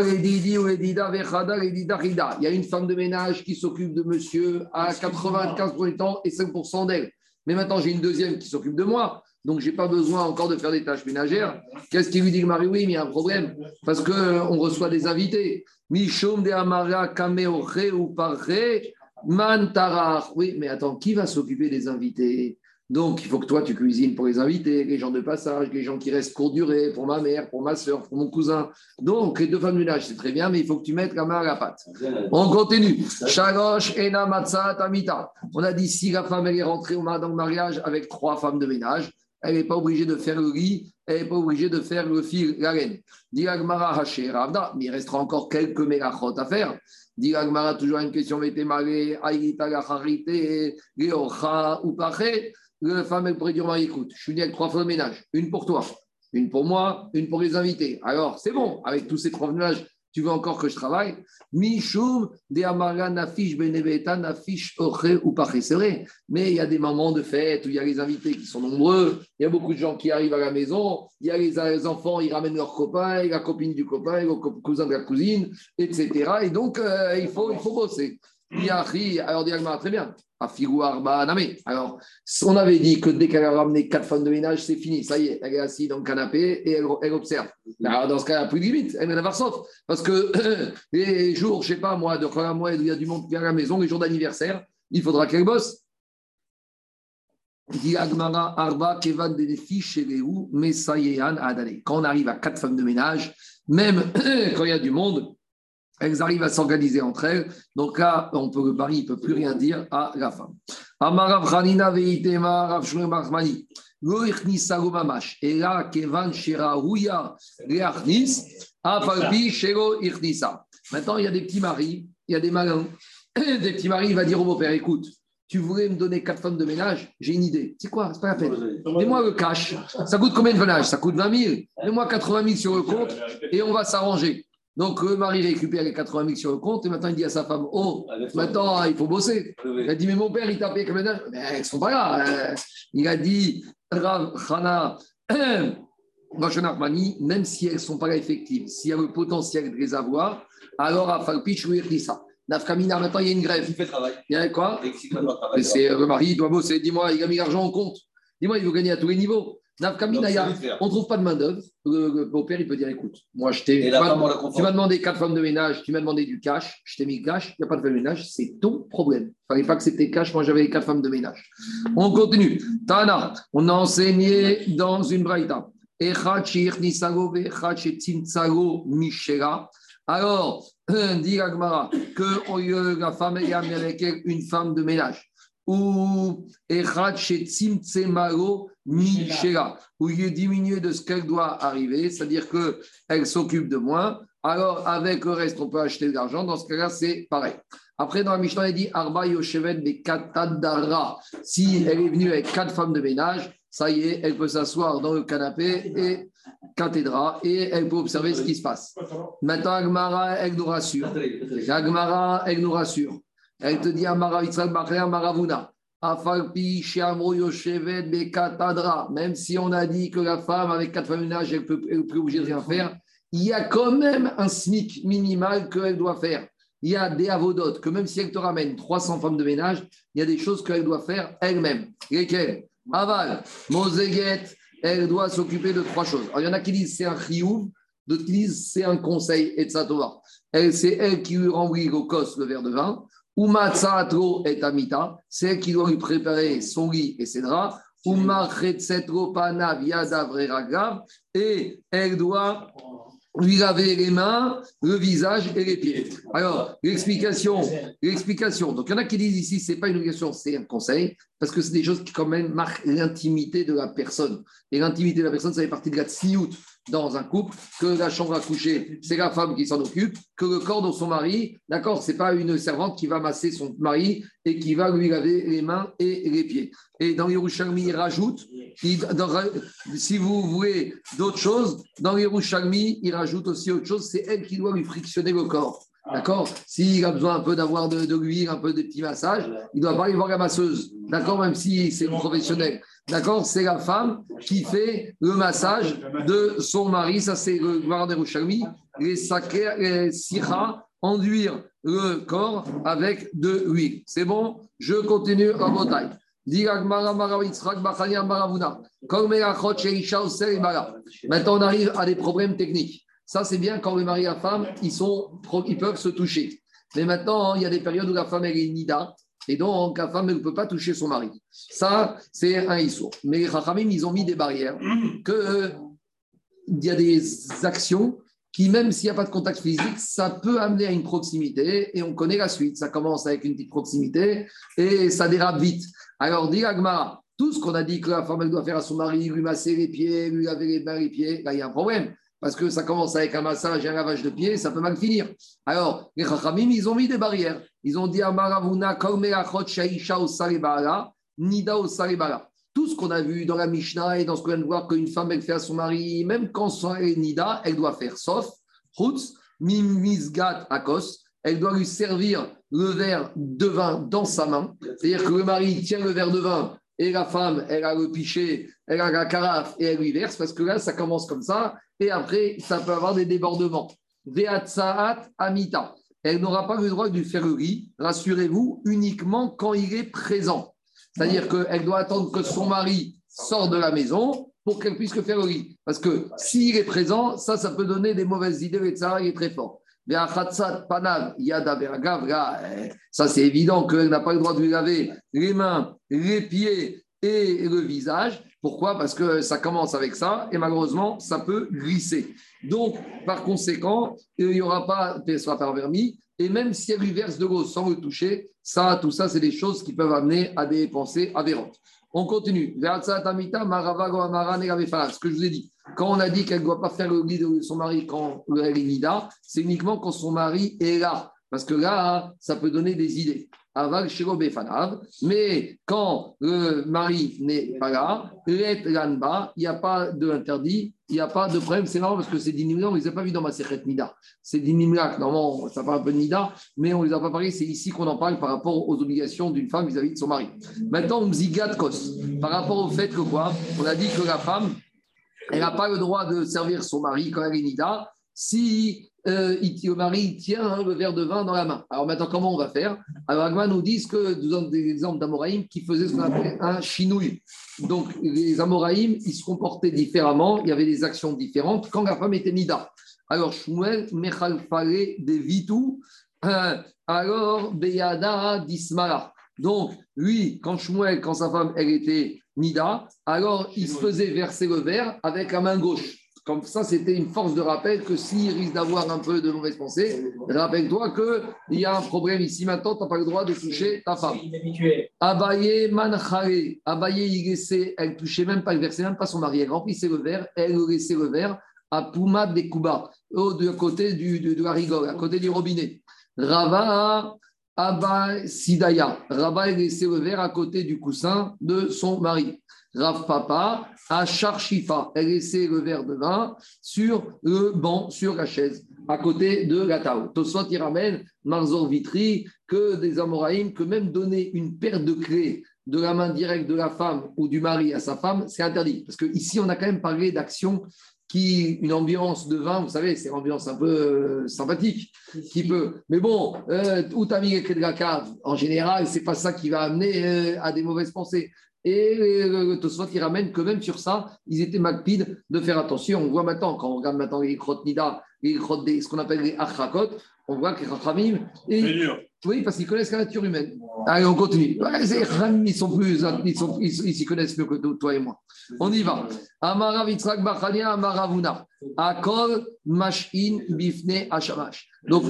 a une femme de ménage qui s'occupe de monsieur à quatre-vingt-quinze pour cent du temps et cinq pour cent d'elle. Mais maintenant, j'ai une deuxième qui s'occupe de moi, donc je n'ai pas besoin encore de faire des tâches ménagères. Qu'est-ce qu'il lui dit le mari? Oui, mais il y a un problème, parce qu'on reçoit des invités. Mishom de Amara Kameoche ou Parche Mantarach. Oui, mais attends, qui va s'occuper des invités? Donc, il faut que toi, tu cuisines pour les invités, les gens de passage, les gens qui restent courte durée, pour ma mère, pour ma soeur, pour mon cousin. Donc, les deux femmes de ménage, c'est très bien, mais il faut que tu mettes la main à la pâte. On continue. Shalosh ena matzah tamita. On a dit, si la femme elle est rentrée dans le mariage avec trois femmes de ménage, elle n'est pas obligée de faire le riz, elle n'est pas obligée de faire le fil, la reine. Dit Agmara haché ravda, mais il restera encore quelques mélachot à faire. Dit Agmara, toujours une question, mettez-malé, aïta la charité, léocha ou paché. La femme, elle pourrait dire, mari, écoute, je suis venu avec trois femmes de ménage, une pour toi, une pour moi, une pour les invités. Alors, c'est bon, avec tous ces trois femmes de ménage, tu veux encore que je travaille? Mishum de Amara nafish beneveta nafish oche ou paché. C'est vrai, mais il y a des moments de fête où il y a les invités qui sont nombreux, il y a beaucoup de gens qui arrivent à la maison, il y a les, les enfants, ils ramènent leurs copains, la copine du copain, le cousin de la cousine, et cetera. Et donc, euh, il, faut, il faut bosser. Yachi, alors Diagma, très bien. Afigou Arba Name. Alors, on avait dit que dès qu'elle a ramené quatre femmes de ménage, c'est fini. Ça y est, elle est assise dans le canapé et elle, elle observe. Alors, dans ce cas, il n'y a plus de limite. Elle va sauf. Parce que les jours, je ne sais pas moi, de Khalamoued, où il y a du monde qui vient à la maison, les jours d'anniversaire, il faudra qu'elle bosse. Quand on arrive à quatre femmes de ménage, même quand il y a du monde, elles arrivent à s'organiser entre elles. Donc là, on peut, le mari ne peut plus rien dire à la femme. Amarav Khanina veitema Rav Shmuel Marmani. Lo ichnis mamash. Et là, kevan shera rouya leachnis, afalpi shelo ichnisa. Maintenant, il y a des petits maris, il y a des malins. Des petits maris, il va dire au beau-père, écoute, tu voulais me donner quatre femmes de ménage, j'ai une idée. C'est quoi? C'est pas la peine. Mets-moi le cash. Ça coûte combien de ménage? Ça coûte vingt mille. Mets-moi quatre-vingt mille sur le compte et on va s'arranger. Donc, le mari récupère les quatre-vingt mille sur le compte et maintenant il dit à sa femme, oh, maintenant il faut bosser. Il a dit, mais mon père, il t'a payé combien de ménage? Mais elles ne sont pas là. Il a dit, Rav Chana, même si elles ne sont pas là effectives, s'il y a le potentiel de les avoir, alors à Falpich, oui, il ça. Nafkamina, maintenant il y a une grève. Il fait travail. Il y a quoi? Et c'est le mari, il doit bosser. Dis-moi, il a mis l'argent en compte. Dis-moi, il veut gagner à tous les niveaux. Nafkamina, on ne trouve pas de main-d'œuvre. Le beau-père, il peut dire écoute, moi je t'ai. Tu m'as demandé quatre femmes de ménage, tu m'as demandé du cash, je t'ai mis le cash, il n'y a pas de femme de ménage, c'est ton problème. Il ne fallait pas que c'était cash, moi j'avais les quatre femmes de ménage. On continue. Tana, on a enseigné dans une braïta. Echachir Nisago, Echachir Timtsago, Michela. Alors, dit Agmara que la femme est amenée avec elle une femme de ménage. Ou Echad Shetzim Tsemaro Michela, où il est diminué de ce qu'elle doit arriver, c'est-à-dire qu'elle s'occupe de moins. Alors, avec le reste, on peut acheter de l'argent. Dans ce cas-là, c'est pareil. Après, dans la Mishnah, il dit Arba Yoshevet Bekatadara. Si elle est venue avec quatre femmes de ménage, ça y est, elle peut s'asseoir dans le canapé et cathédra et elle peut observer ce qui se passe. Maintenant, Agmara, elle nous rassure. Agmara, elle nous rassure. Elle te dit Amara Yitzhak Bachler Maravuna. Afalpi Shiamro Yoshevet Bekatadra. Même si on a dit que la femme avec quatre femmes de ménage, elle peut elle peut obligée de rien faire, il y a quand même un SMIC minimal qu'elle doit faire. Il y a des avodotes que même si elle te ramène trois cents femmes de ménage, il y a des choses qu'elle doit faire elle-même. Lesquelles? Aval, Mozeget, elle doit s'occuper de trois choses. Alors, il y en a qui disent c'est un chiyuv, d'autres qui disent c'est un conseil, et tzatova. Elle, c'est elle qui lui remplit au kos le verre de vin. Uma tzatro et amita, c'est elle qui doit lui préparer son lit et ses draps. Uma chetzetro panav yadav ragav, et elle doit lui laver les mains, le visage et les pieds. Alors, l'explication, l'explication. Donc, il y en a qui disent ici, ce n'est pas une obligation, c'est un conseil, parce que c'est des choses qui, quand même, marquent l'intimité de la personne. Et l'intimité de la personne, ça fait partie de la tsiout dans un couple, que la chambre à coucher, c'est la femme qui s'en occupe, que le corps de son mari, d'accord, ce n'est pas une servante qui va masser son mari et qui va lui laver les mains et les pieds. Et dans Yerushalmi, il rajoute, il, dans, si vous voulez d'autres choses, dans Yerushalmi, il rajoute aussi autre chose, c'est elle qui doit lui frictionner le corps. D'accord? S'il a besoin un peu d'avoir de, de l'huile, un peu de petits massages, il ne doit pas aller voir la masseuse. D'accord? Même si c'est une professionnelle. D'accord? C'est la femme qui fait le massage de son mari. Ça, c'est le Gmara de Yerushalmi. Les sakher, les sira, enduire le corps avec de l'huile. C'est bon? Je continue à Botaï. Maintenant, on arrive à des problèmes techniques. Ça, c'est bien quand le mari et la femme, ils, sont, ils peuvent se toucher. Mais maintenant, il y a des périodes où la femme, elle est nida, et donc la femme, elle ne peut pas toucher son mari. Ça, c'est un issour. Mais les Chachamim, ils ont mis des barrières, qu'il euh, y a des actions qui, même s'il n'y a pas de contact physique, ça peut amener à une proximité, et on connaît la suite. Ça commence avec une petite proximité, et ça dérape vite. Alors, dit Agmara, tout ce qu'on a dit que la femme, elle doit faire à son mari, lui masser les pieds, lui laver les mains, les pieds, là, il y a un problème. Parce que ça commence avec un massage et un lavage de pieds, ça peut mal finir. Alors, les Chachamim, ils ont mis des barrières. Ils ont dit à Maravuna, Nida au Saribala. Tout ce qu'on a vu dans la Mishnah et dans ce qu'on vient de voir qu'une femme, elle fait à son mari, même quand son est Nida, elle doit faire. Sauf, Chutz, Mimisgat Akos, elle doit lui servir le verre de vin dans sa main. C'est-à-dire que le mari tient le verre de vin et la femme, elle a le pichet, elle a la carafe et elle lui verse, parce que là, ça commence comme ça. Et après, ça peut avoir des débordements. Veatsaat amita. elle n'aura pas le droit de faire le riz, rassurez-vous, uniquement quand il est présent. C'est-à-dire qu'elle doit attendre que son mari sorte de la maison pour qu'elle puisse le faire le riz. Parce que s'il est présent, ça, ça peut donner des mauvaises idées, et ça, il est très fort. Mais à Khatsat, Panav, Yada, Beragav, là, ça c'est évident qu'elle n'a pas le droit de lui laver les mains, les pieds et le visage. Pourquoi ? Parce que ça commence avec ça et malheureusement, ça peut glisser. Donc, par conséquent, il n'y aura pas de soit par vermis. Et même si elle lui verse de l'eau sans le toucher, ça, tout ça, c'est des choses qui peuvent amener à des pensées aberrantes. On continue. Ce que je vous ai dit, quand on a dit qu'elle ne doit pas faire le lit de son mari quand elle est nida, c'est uniquement quand son mari est là. Parce que là, ça peut donner des idées. Aval shiro befanav, mais quand le mari n'est pas là, let lanba, il n'y a pas d'interdit, il n'y a pas de problème. C'est marrant parce que c'est dinimla, on ne les a pas vus dans ma Sechet Nida. C'est dinimla, normalement, ça parle un peu de Nida, mais on ne les a pas parlé. C'est ici qu'on en parle par rapport aux obligations d'une femme vis-à-vis de son mari. Maintenant, mzigat kos, par rapport au fait que quoi, on a dit que la femme, elle n'a pas le droit de servir son mari quand elle est nida, si euh, il, le mari il tient hein, le verre de vin dans la main. Alors maintenant, comment on va faire ? Alors, Agma nous dit que nous avons des exemples d'Amoraïm qui faisaient ce qu'on appelle un chinouille. Donc, les Amoraïm, ils se comportaient différemment, il y avait des actions différentes quand la femme était nida. Alors, Shmuel, Mechal Fare de Vitou, euh, alors Beyada Dismara. Donc, lui, quand Shmuel, quand sa femme, elle était nida, alors il se faisait verser le verre avec la main gauche. Comme ça, c'était une force de rappel que s'il risque d'avoir un peu de mauvaise pensée, rappelle-toi qu'il y a un problème ici. Maintenant, tu n'as pas le droit de toucher ta femme. Abaye manchare. Abaye, il laissait, elle ne touchait même pas, elle ne versait même pas son mari. Elle remplissait le verre, elle laissait le verre à Pouma de Kuba, de côté du, de, de la rigole, à côté du robinet. Rava Abba Sidaya. Rava, il laissait le verre à côté du coussin de son mari. Rav Papa, à Charchifa, elle laissait le verre de vin sur le banc, sur la chaise, à côté de la table. Tosfot, il ramène Marzor Vitri, que des Amoraïm, que même donner une paire de clés de la main directe de la femme ou du mari à sa femme, c'est interdit. Parce qu'ici, on a quand même parlé d'actions qui, une ambiance de vin, vous savez, c'est une ambiance un peu euh, sympathique, qui peut. Mais bon, euh, où t'as mis les clés de la cave, en général, c'est pas ça qui va amener euh, à des mauvaises pensées. Et le Tosfot, il ramène que même sur ça, ils étaient magpides de faire attention. On voit maintenant, quand on regarde maintenant les crottes nida, les crottes des, ce qu'on appelle les achrakot, on voit que les rachamim. Oui, parce qu'ils connaissent la nature humaine. Allez, on continue. Les rachamim, ils sont plus, ils sont, ils s'y connaissent mieux que toi et moi. On y va. Amara Vitzrak Bachania, Amara Vuna. Akol Mashin Bifne Hashamash. Donc,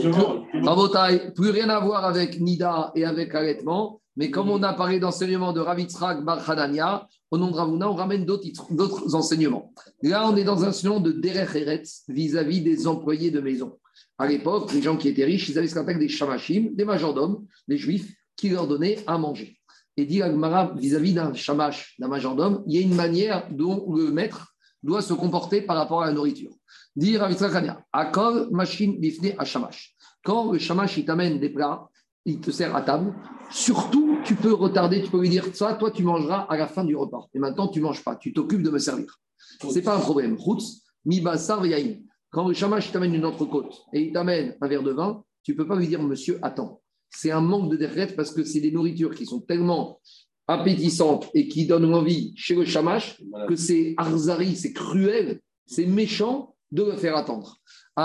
plus, plus rien à voir avec nida et avec allaitement. Mais comme on a parlé d'enseignement de Rav Yitzhak Bar Hanania, au nom de Ravuna, on ramène d'autres, d'autres enseignements. Là, on est dans un enseignement de Derech Eretz vis-à-vis des employés de maison. À l'époque, les gens qui étaient riches, ils avaient ce qu'on appelle des shamashim, des majordomes, des juifs, qui leur donnaient à manger. Et dit Agmara, vis-à-vis d'un shamash, d'un majordome, il y a une manière dont le maître doit se comporter par rapport à la nourriture. Dit Rav Yitzhak Hanania, Akol Mashin Bifne Hashamash. Quand le shamash il t'amène des plats, il te sert à table. Surtout, tu peux retarder, tu peux lui dire ça, toi tu mangeras à la fin du repas. Et maintenant, tu ne manges pas, tu t'occupes de me servir. Ce n'est pas un problème. Routz, mi basar yaïn. Quand le shamash t'amène une entrecôte et il t'amène un verre de vin, tu ne peux pas lui dire monsieur, attends. C'est un manque de décret parce que c'est des nourritures qui sont tellement appétissantes et qui donnent envie chez le shamash que c'est arzari, c'est cruel, c'est méchant de le faire attendre.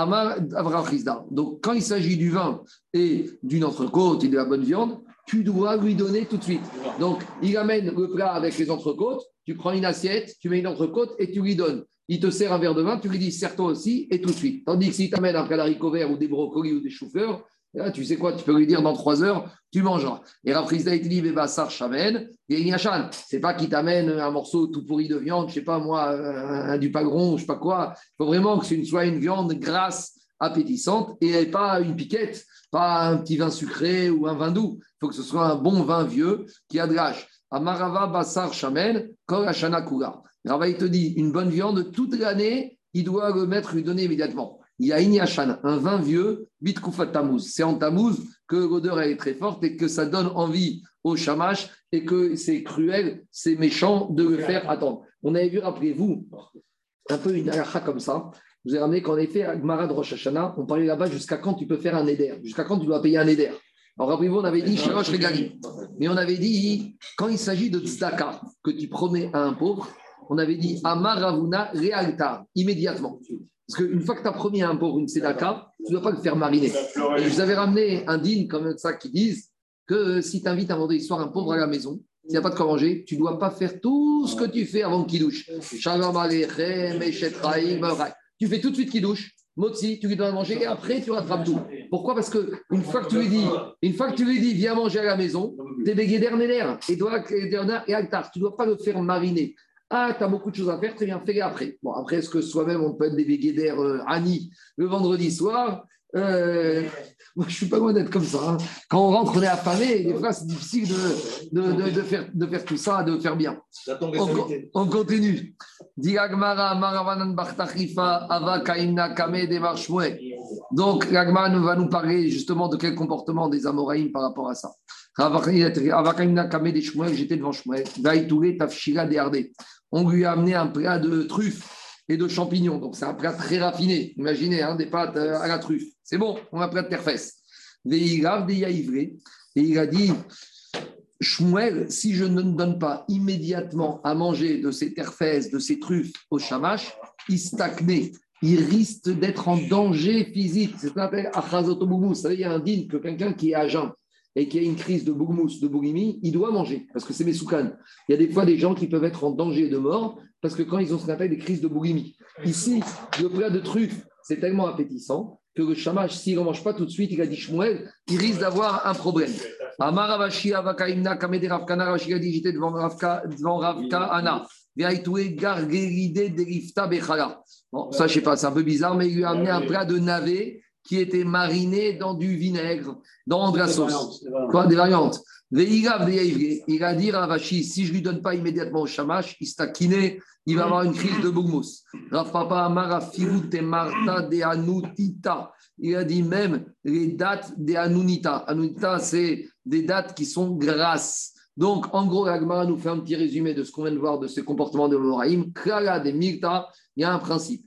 Donc, quand il s'agit du vin et d'une entrecôte et de la bonne viande, tu dois lui donner tout de suite. Donc, il amène le plat avec les entrecôtes, tu prends une assiette, tu mets une entrecôte et tu lui donnes. Il te sert un verre de vin, tu lui dis sers-toi aussi et tout de suite. Tandis que s'il t'amène un plat d'haricots verts ou des brocolis ou des choux-fleurs, là, tu sais quoi, tu peux lui dire dans trois heures, tu mangeras. Et Raprisda, il te dit, Bebassar Chamen, il y a une yachan. C'est pas qu'il t'amène un morceau tout pourri de viande, je sais pas moi, un, un du pagron, je sais pas quoi. Il faut vraiment que ce soit une viande grasse, appétissante et pas une piquette, pas un petit vin sucré ou un vin doux. Il faut que ce soit un bon vin vieux qui a de l'âge. Amarava Bassar Chamen, Kol Hashana Kula. Rava, il te dit, une bonne viande, toute l'année, il doit le mettre, lui donner immédiatement. Il y a Inyashan, un vin vieux, Bitkufat Tammuz. C'est en Tammuz que l'odeur est très forte et que ça donne envie au shamash et que c'est cruel, c'est méchant de le faire attendre. On avait vu, rappelez-vous, un peu une halakha comme ça. je vous ai ramené qu'en effet, à Gemara de Rosh Hashanah, on parlait là-bas jusqu'à quand tu peux faire un éder, jusqu'à quand tu dois payer un éder. Alors, rappelez-vous, on avait dit Shirosh Regalim. Mais on avait dit, quand il s'agit de tzedaka, que tu promets à un pauvre, on avait dit Amar Ravuna Realta, immédiatement. Parce qu'une fois que tu as promis à un pauvre une tzedaka, tu ne dois pas le faire mariner. Et je vous avais ramené un din comme ça qui disent que si tu invites un vendredi soir un pauvre à la maison, s'il n'y a pas de quoi manger, tu ne dois pas faire tout ce que tu fais avant qu'il douche. Tu fais tout de suite qu'il douche. Motzi, tu lui donnes à manger et après tu rattrapes tout. Pourquoi? Parce qu'une fois que tu lui dis, une fois que tu lui dis, viens manger à la maison, t'es bégué dernier et doit et altar. Tu ne dois pas le faire mariner. Ah, tu as beaucoup de choses à faire, très bien, fais-les après. Bon, après, est-ce que soi-même on peut être des bégués d'air euh, Annie le vendredi soir? Euh, moi, je ne suis pas loin d'être comme ça. Hein. Quand on rentre, on est affamé. Des fois, c'est difficile de, de, de, de, faire, de faire tout ça, de faire bien. On, on continue. Donc, l'Agmara va nous parler justement de quel comportement des Amoraïm par rapport à ça. J'étais devant Shmuel. On lui a amené un plat de truffes et de champignons. Donc, c'est un plat très raffiné. Imaginez, hein, des pâtes à la truffe. C'est bon, on a un plat de terre-fesse. Et il a dit, Shmuel, si je ne donne pas immédiatement à manger de ces terre-fesses, de ces truffes au shamash, il stagne. Il risque d'être en danger physique. C'est ce qu'on appelle achazotoboumous. Vous savez, il y a un din que quelqu'un qui est à jeun et qui a une crise de bougmous, de boulimie, il doit manger parce que c'est mesoukan. Il y a des fois des gens qui peuvent être en danger de mort parce que quand ils ont ce qu'on appelle des crises de boulimie. Ici, le plat de truffes, c'est tellement appétissant que le shamash, s'il n'en mange pas tout de suite, il a dit Shmuel, il risque d'avoir un problème. Amar Ravashi Avakaimna Kamede Ravkana, Ravashi a dit j'étais devant Ravka, devant Ravka Ana. Bon, ça, je sais pas, c'est un peu bizarre, mais il lui a amené un plat de navet qui était mariné dans du vinaigre, dans de la sauce. Quoi, des variantes. Il a dit à Ravashi, si je ne lui donne pas immédiatement au shamash, il stakiné, il va avoir une crise de bougmous. Rav Papa Amara Firut et Marta de Anutita. Il a dit même les dates des Anunita. Anunita, c'est des dates qui sont grasses. Donc, en gros, l'Agmara nous fait un petit résumé de ce qu'on vient de voir de ces comportements de Moraïm. Krala de Milta, il y a un principe.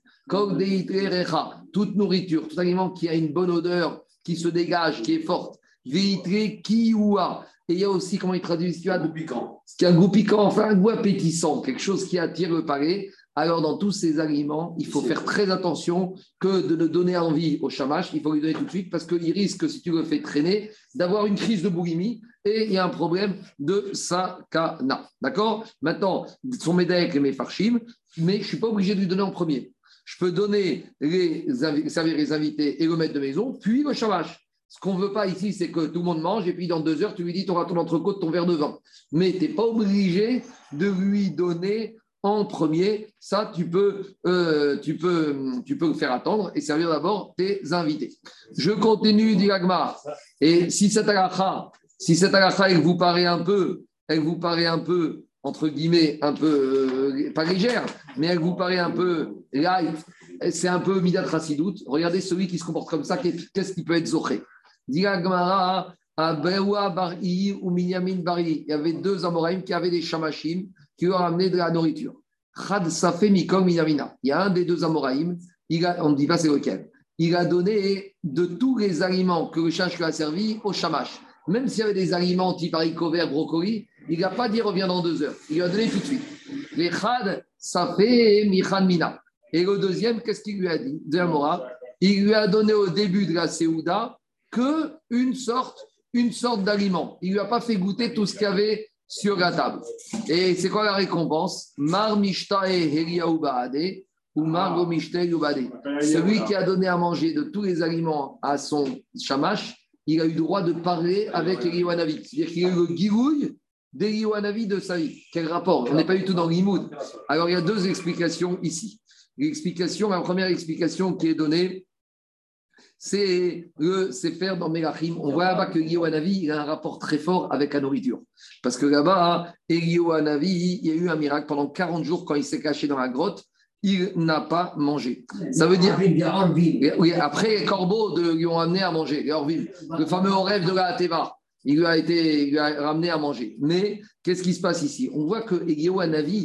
Toute nourriture, tout aliment qui a une bonne odeur, qui se dégage, qui est forte. Veitre kiwa. Et il y a aussi, comment il traduit ce qu'il y a de piquant. Ce qui a un goût piquant, enfin un goût appétissant, quelque chose qui attire le palais. Alors, dans tous ces aliments, il faut faire très attention que de ne donner envie au shamash. Il faut lui donner tout de suite parce qu'il risque, si tu le fais traîner, d'avoir une crise de boulimie et il y a un problème de sakana. D'accord? Maintenant, son médaille avec mes farshim, mais je ne suis pas obligé de lui donner en premier. Je peux donner les, servir les invités et le maître de maison, puis le shamash. Ce qu'on ne veut pas ici, c'est que tout le monde mange et puis dans deux heures, tu lui dis tu auras ton entrecôte, ton verre de vin. Mais tu n'es pas obligé de lui donner en premier. Ça, tu peux, euh, tu peux, tu peux le faire attendre et servir d'abord tes invités. Je continue, dit l'Agmara. Et si cette halakha, si cette halakha, elle vous paraît un peu, elle vous paraît un peu, entre guillemets, un peu, euh, pas légère, mais elle vous paraît un peu light, c'est un peu midat chassidout. Regardez celui qui se comporte comme ça, qu'est-ce qui peut être zoché? Dit l'Agmara, à Bewa Bari ou Minyamin Bari, il y avait deux Amoraïm qui avaient des shamashim qui leur amenaient de la nourriture. Chad Safé Mikom Minyamina. Il y a un des deux Amoraïm, il a, on ne dit pas c'est lequel. Il a donné de tous les aliments que le shamash lui a servi au shamash. Même s'il y avait des aliments type haricots verts, brocoli, il n'a pas dit reviens dans deux heures. Il lui a donné tout de suite. Les Chad Safé Michan Mina. Et le deuxième, qu'est-ce qu'il lui a dit de Amora? Il lui a donné au début de la Séouda que une sorte, une sorte d'aliment. Il ne lui a pas fait goûter tout ce qu'il y avait sur la table. Et c'est quoi la récompense? Mar mishtae heriaou baade ou mar go mishtae baade. Celui qui a donné à manger de tous les aliments à son shamash, il a eu le droit de parler avec Eliwanavi. C'est-à-dire qu'il a eu le girouille d'Eliwanavi de sa vie. Quel rapport? On n'est pas du tout dans l'imoud. Alors il y a deux explications ici. L'explication, la première explication qui est donnée, c'est le Sefer dans Melachim. On voit là-bas que Eliwanavi, il a un rapport très fort avec la nourriture. Parce que là-bas, Eliwanavi, il y a eu un miracle. Pendant quarante jours, quand il s'est caché dans la grotte, il n'a pas mangé. Ça veut dire. Oui, après, les corbeaux de, lui ont amené à manger, les Orville. Le fameux rêve de la Teva, il lui a été il lui a ramené à manger. Mais qu'est-ce qui se passe ici? On voit que Eliwanavi,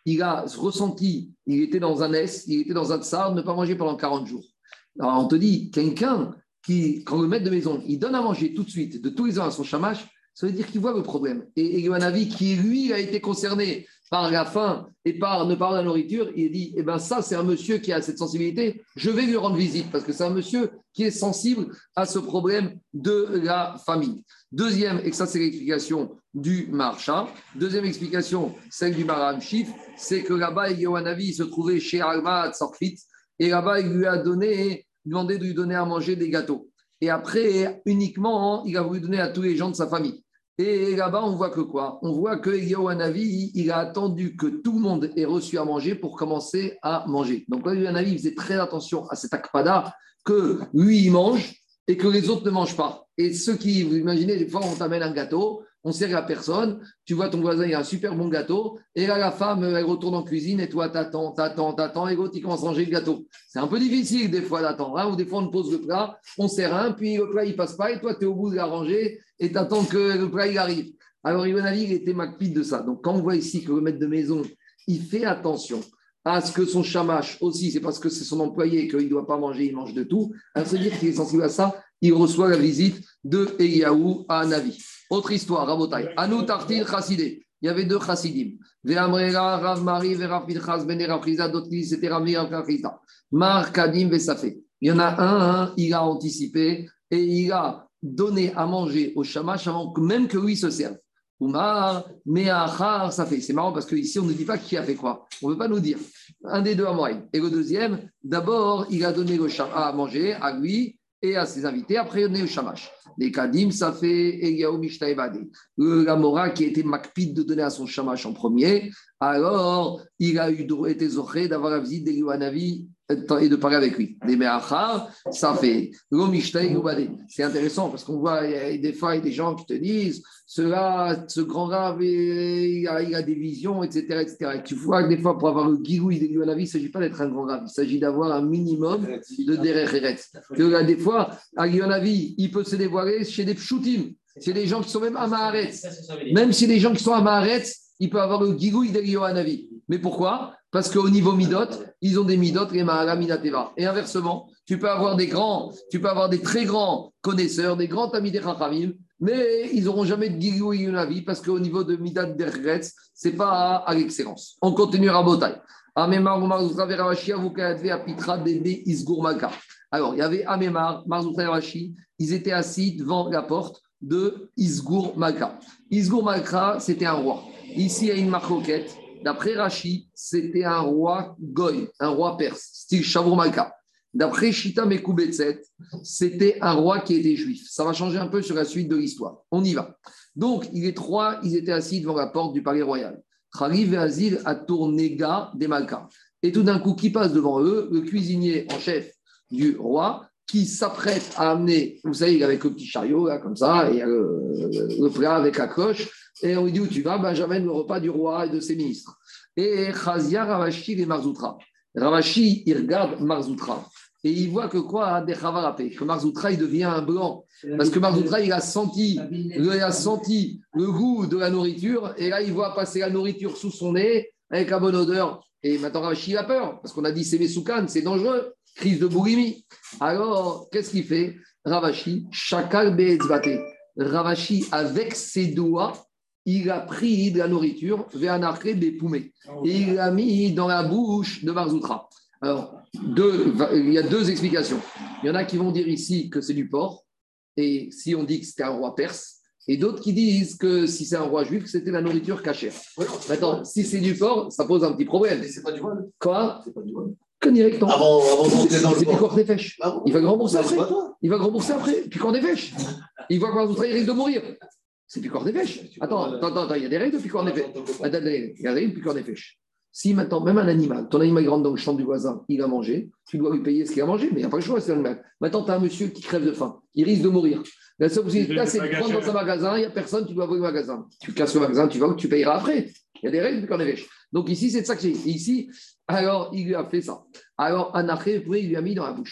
il a ressenti, il était dans un S, il était dans un tsar, ne pas manger pendant quarante jours. Alors on te dit, quelqu'un qui, quand le maître de maison, il donne à manger tout de suite, de tous les ans à son chamash, ça veut dire qu'il voit le problème. Et Elianavi, qui lui a été concerné par la faim et par ne pas avoir la nourriture, il dit, eh bien ça, c'est un monsieur qui a cette sensibilité, je vais lui rendre visite, parce que c'est un monsieur qui est sensible à ce problème de la famille. Deuxième, et ça c'est l'explication du Marcha, deuxième explication, celle du Maram Shif, c'est que là-bas, Elianavi se trouvait chez Alma Tzorfit, et là-bas, il lui a donné, demandé de lui donner à manger des gâteaux. Et après, uniquement, il a voulu donner à tous les gens de sa famille. Et là-bas, on voit que quoi? On voit que Eliyahu Hanavi, il a attendu que tout le monde ait reçu à manger pour commencer à manger. Donc là, Eliyahu Hanavi, il faisait très attention à cet akpada, que lui, il mange et que les autres ne mangent pas. Et ceux qui, vous imaginez, des fois, on t'amène un gâteau, on sert à personne, tu vois ton voisin, il a un super bon gâteau, et là, la femme, elle retourne en cuisine, et toi, t'attends, t'attends, t'attends, et l'autre, il commence à manger le gâteau. C'est un peu difficile, des fois, d'attendre, hein, ou des fois, on pose le plat, on sert un, puis le plat, il passe pas, et toi, tu es au bout de la rangée, et tu attends que le plat, il arrive. Alors, Ibn Ali, il était macpide de ça. Donc, quand on voit ici que le maître de maison, il fait attention à ce que son chamash aussi, c'est parce que c'est son employé qu'il ne doit pas manger, il mange de tout, alors, ça veut dire qu'il est sensible à ça, il reçoit la visite de Eliyahu Hanavi. Autre histoire, Rabotai. Anou Tartil Chassidé. Il y avait deux Chassidim. Ve'amrera, Rav Mari, Ve'Rav Pinchas, Ben Rav Chizda, d'autres qui c'était Rami, Rav Chizda. Mar Kadim Ve'Safé. Il y en a un, hein, il a anticipé et il a donné à manger au shamash avant que même que lui se serve. Oumar, Me'achar, ça fait. C'est marrant parce qu'ici, on ne dit pas qui a fait quoi. On ne veut pas nous dire. Un des deux à moi. Et le deuxième, d'abord, il a donné le shamash à manger à lui et à ses invités. Après, il a donné le shamash. Les Kadim, ça fait Eliyahu Mishtaïbade. La Mora qui a été makpid de donner à son shamash en premier, alors il a eu été zoré d'avoir la visite d'Eliyahu Hanavi et de parler avec lui. Les Me'achar, ça fait Mishtaïbade. C'est intéressant parce qu'on voit, il y a des fois, il y a des gens qui te disent cela, ce grand rave, il a, il a des visions, et cetera, et cetera. Et tu vois que des fois, pour avoir le gigouille d'Eliyahu Hanavi, il ne s'agit pas d'être un grand rave, il s'agit d'avoir un minimum de derech eretz. Que là, des fois, Eliyahu Hanavi, il peut se dévoiler chez des pshoutim, chez des gens qui sont même à Maharetz. Même si les gens qui sont à Maharetz, il peut avoir le gigouille d'Eliyahu Hanavi. Mais pourquoi? Parce qu'au niveau midot, ils ont des midot, les Mahara Minateva. Et inversement, tu peux avoir des grands, tu peux avoir des très grands connaisseurs, des grands amis des Chachamim, mais ils n'auront jamais de gigouille Hanavi parce qu'au niveau de midat d'Eretz, ce n'est pas à, à l'excellence. On continue à Botaï. Amemar, Marzoutra, Veravashi, Avukadve, Apitra, Debe, Isgour, Maka. Alors, il y avait Amemar, Marzoutra, Veravashi, ils étaient assis devant la porte de Isgour, Maka. Isgour, Maka, c'était un roi. Ici, il y a une marcoquette. D'après Rashi, c'était un roi goy, un roi perse, style Shavrou Malka. D'après Shita Mekoubetset, c'était un roi qui était juif. Ça va changer un peu sur la suite de l'histoire. On y va. Donc, les trois, ils étaient assis devant la porte du palais royal. Khariv et Azil à Tournega des Malka. Et tout d'un coup, qui passe devant eux? Le cuisinier en chef du roi qui s'apprête à amener, vous savez, avec le petit chariot, là, comme ça, et le, le plat avec la cloche. Et on lui dit où tu vas? Ben, j'amène le repas du roi et de ses ministres. Et Chazia, Ravashi et Marzoutra. Ravashi, il regarde Marzoutra. Et il voit que quoi? Des Chavarapé. Que Marzoutra, il devient un blanc. Parce que Marzoutra, il a senti, il a senti le goût de la nourriture. Et là, il voit passer la nourriture sous son nez avec la bonne odeur. Et maintenant, Ravashi, il a peur. Parce qu'on a dit c'est Mesoukan, c'est dangereux. Crise de boulimie. Alors, qu'est-ce qu'il fait? Ravashi, Shakal Be'etzbate. Ravashi, avec ses doigts, il a pris de la nourriture, Véanarché des poumés, et il l'a mis dans la bouche de Marzoutra. Alors, deux, il y a deux explications. Il y en a qui vont dire ici que c'est du porc, et si on dit que c'était un roi perse, et d'autres qui disent que si c'est un roi juif, c'était la nourriture cachère. Maintenant, si c'est du porc, ça pose un petit problème. Mais c'est pas du vol. Quoi? C'est pas du vol. Directement. Avant, avant de rentrer dans le c'est Picor des Fèches. Ah bon? Il va rembourser Non, après. c'est pas toi. Il va rembourser après. Picor des Fèches. Il voit que Marzoutra, il risque de mourir. C'est Picor des Fèches. Attends, attends, attends, il y a des règles de Picor des Fèches. Attends, il y a des règles de Picor des Fèches. Si maintenant, même un animal, ton animal rentre dans le champ du voisin, il a mangé, tu dois lui payer ce qu'il a mangé, mais il n'y a pas le choix, c'est l'animal. Maintenant, tu as un monsieur qui crève de faim, il risque de mourir. La seule possibilité, là, c'est de prendre dans un magasin, il n'y a personne, tu dois avoir le magasin. Tu casses le magasin, tu vas, tu payeras après. Il y a des règles de Picor des Fèches. Donc ici, c'est de ça que j'ai. Ici, alors, il lui a fait ça. Alors, Anaché, il lui a mis dans la bouche.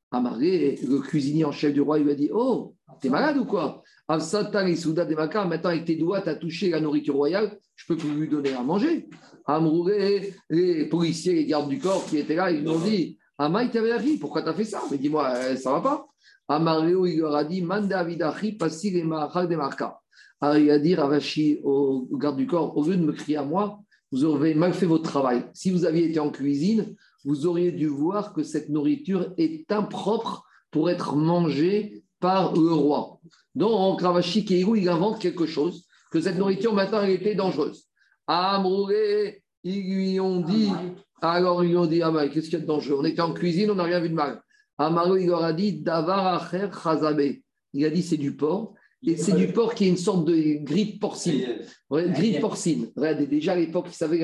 Amaré, le cuisinier en chef du roi, il lui a dit, oh, t'es malade ou quoi? Avsatan et Souda des Makar, maintenant avec tes doigts, tu as touché la nourriture royale, je peux plus lui donner à manger. Amrouré, les policiers, les gardes du corps qui étaient là, ils lui ont dit, Amaï t'avait la pourquoi tu as fait ça? Mais dis-moi, ça va pas? Amaréo, il leur a dit, Manda Avidachi, Passi les Mahachal des Marka. Alors il a dit, Ravashi, au garde du corps, au lieu de me crier à moi, vous avez mal fait votre travail. Si vous aviez été en cuisine, vous auriez dû voir que cette nourriture est impropre pour être mangée par le roi. Donc, Ravashi Keirou, il invente quelque chose, que cette nourriture, maintenant, elle était dangereuse. Amrouré, ils lui ont dit, alors ils lui ont dit, ah ben, qu'est-ce qu'il y a de dangereux? On était en cuisine, on n'a rien vu de mal. Amaro, il leur a dit, Davar Acher Chazabe. Il a dit, c'est du porc. Et c'est du porc qui est une sorte de grippe porcine. Ouais, grippe porcine. Regardez, déjà à l'époque, ils savaient,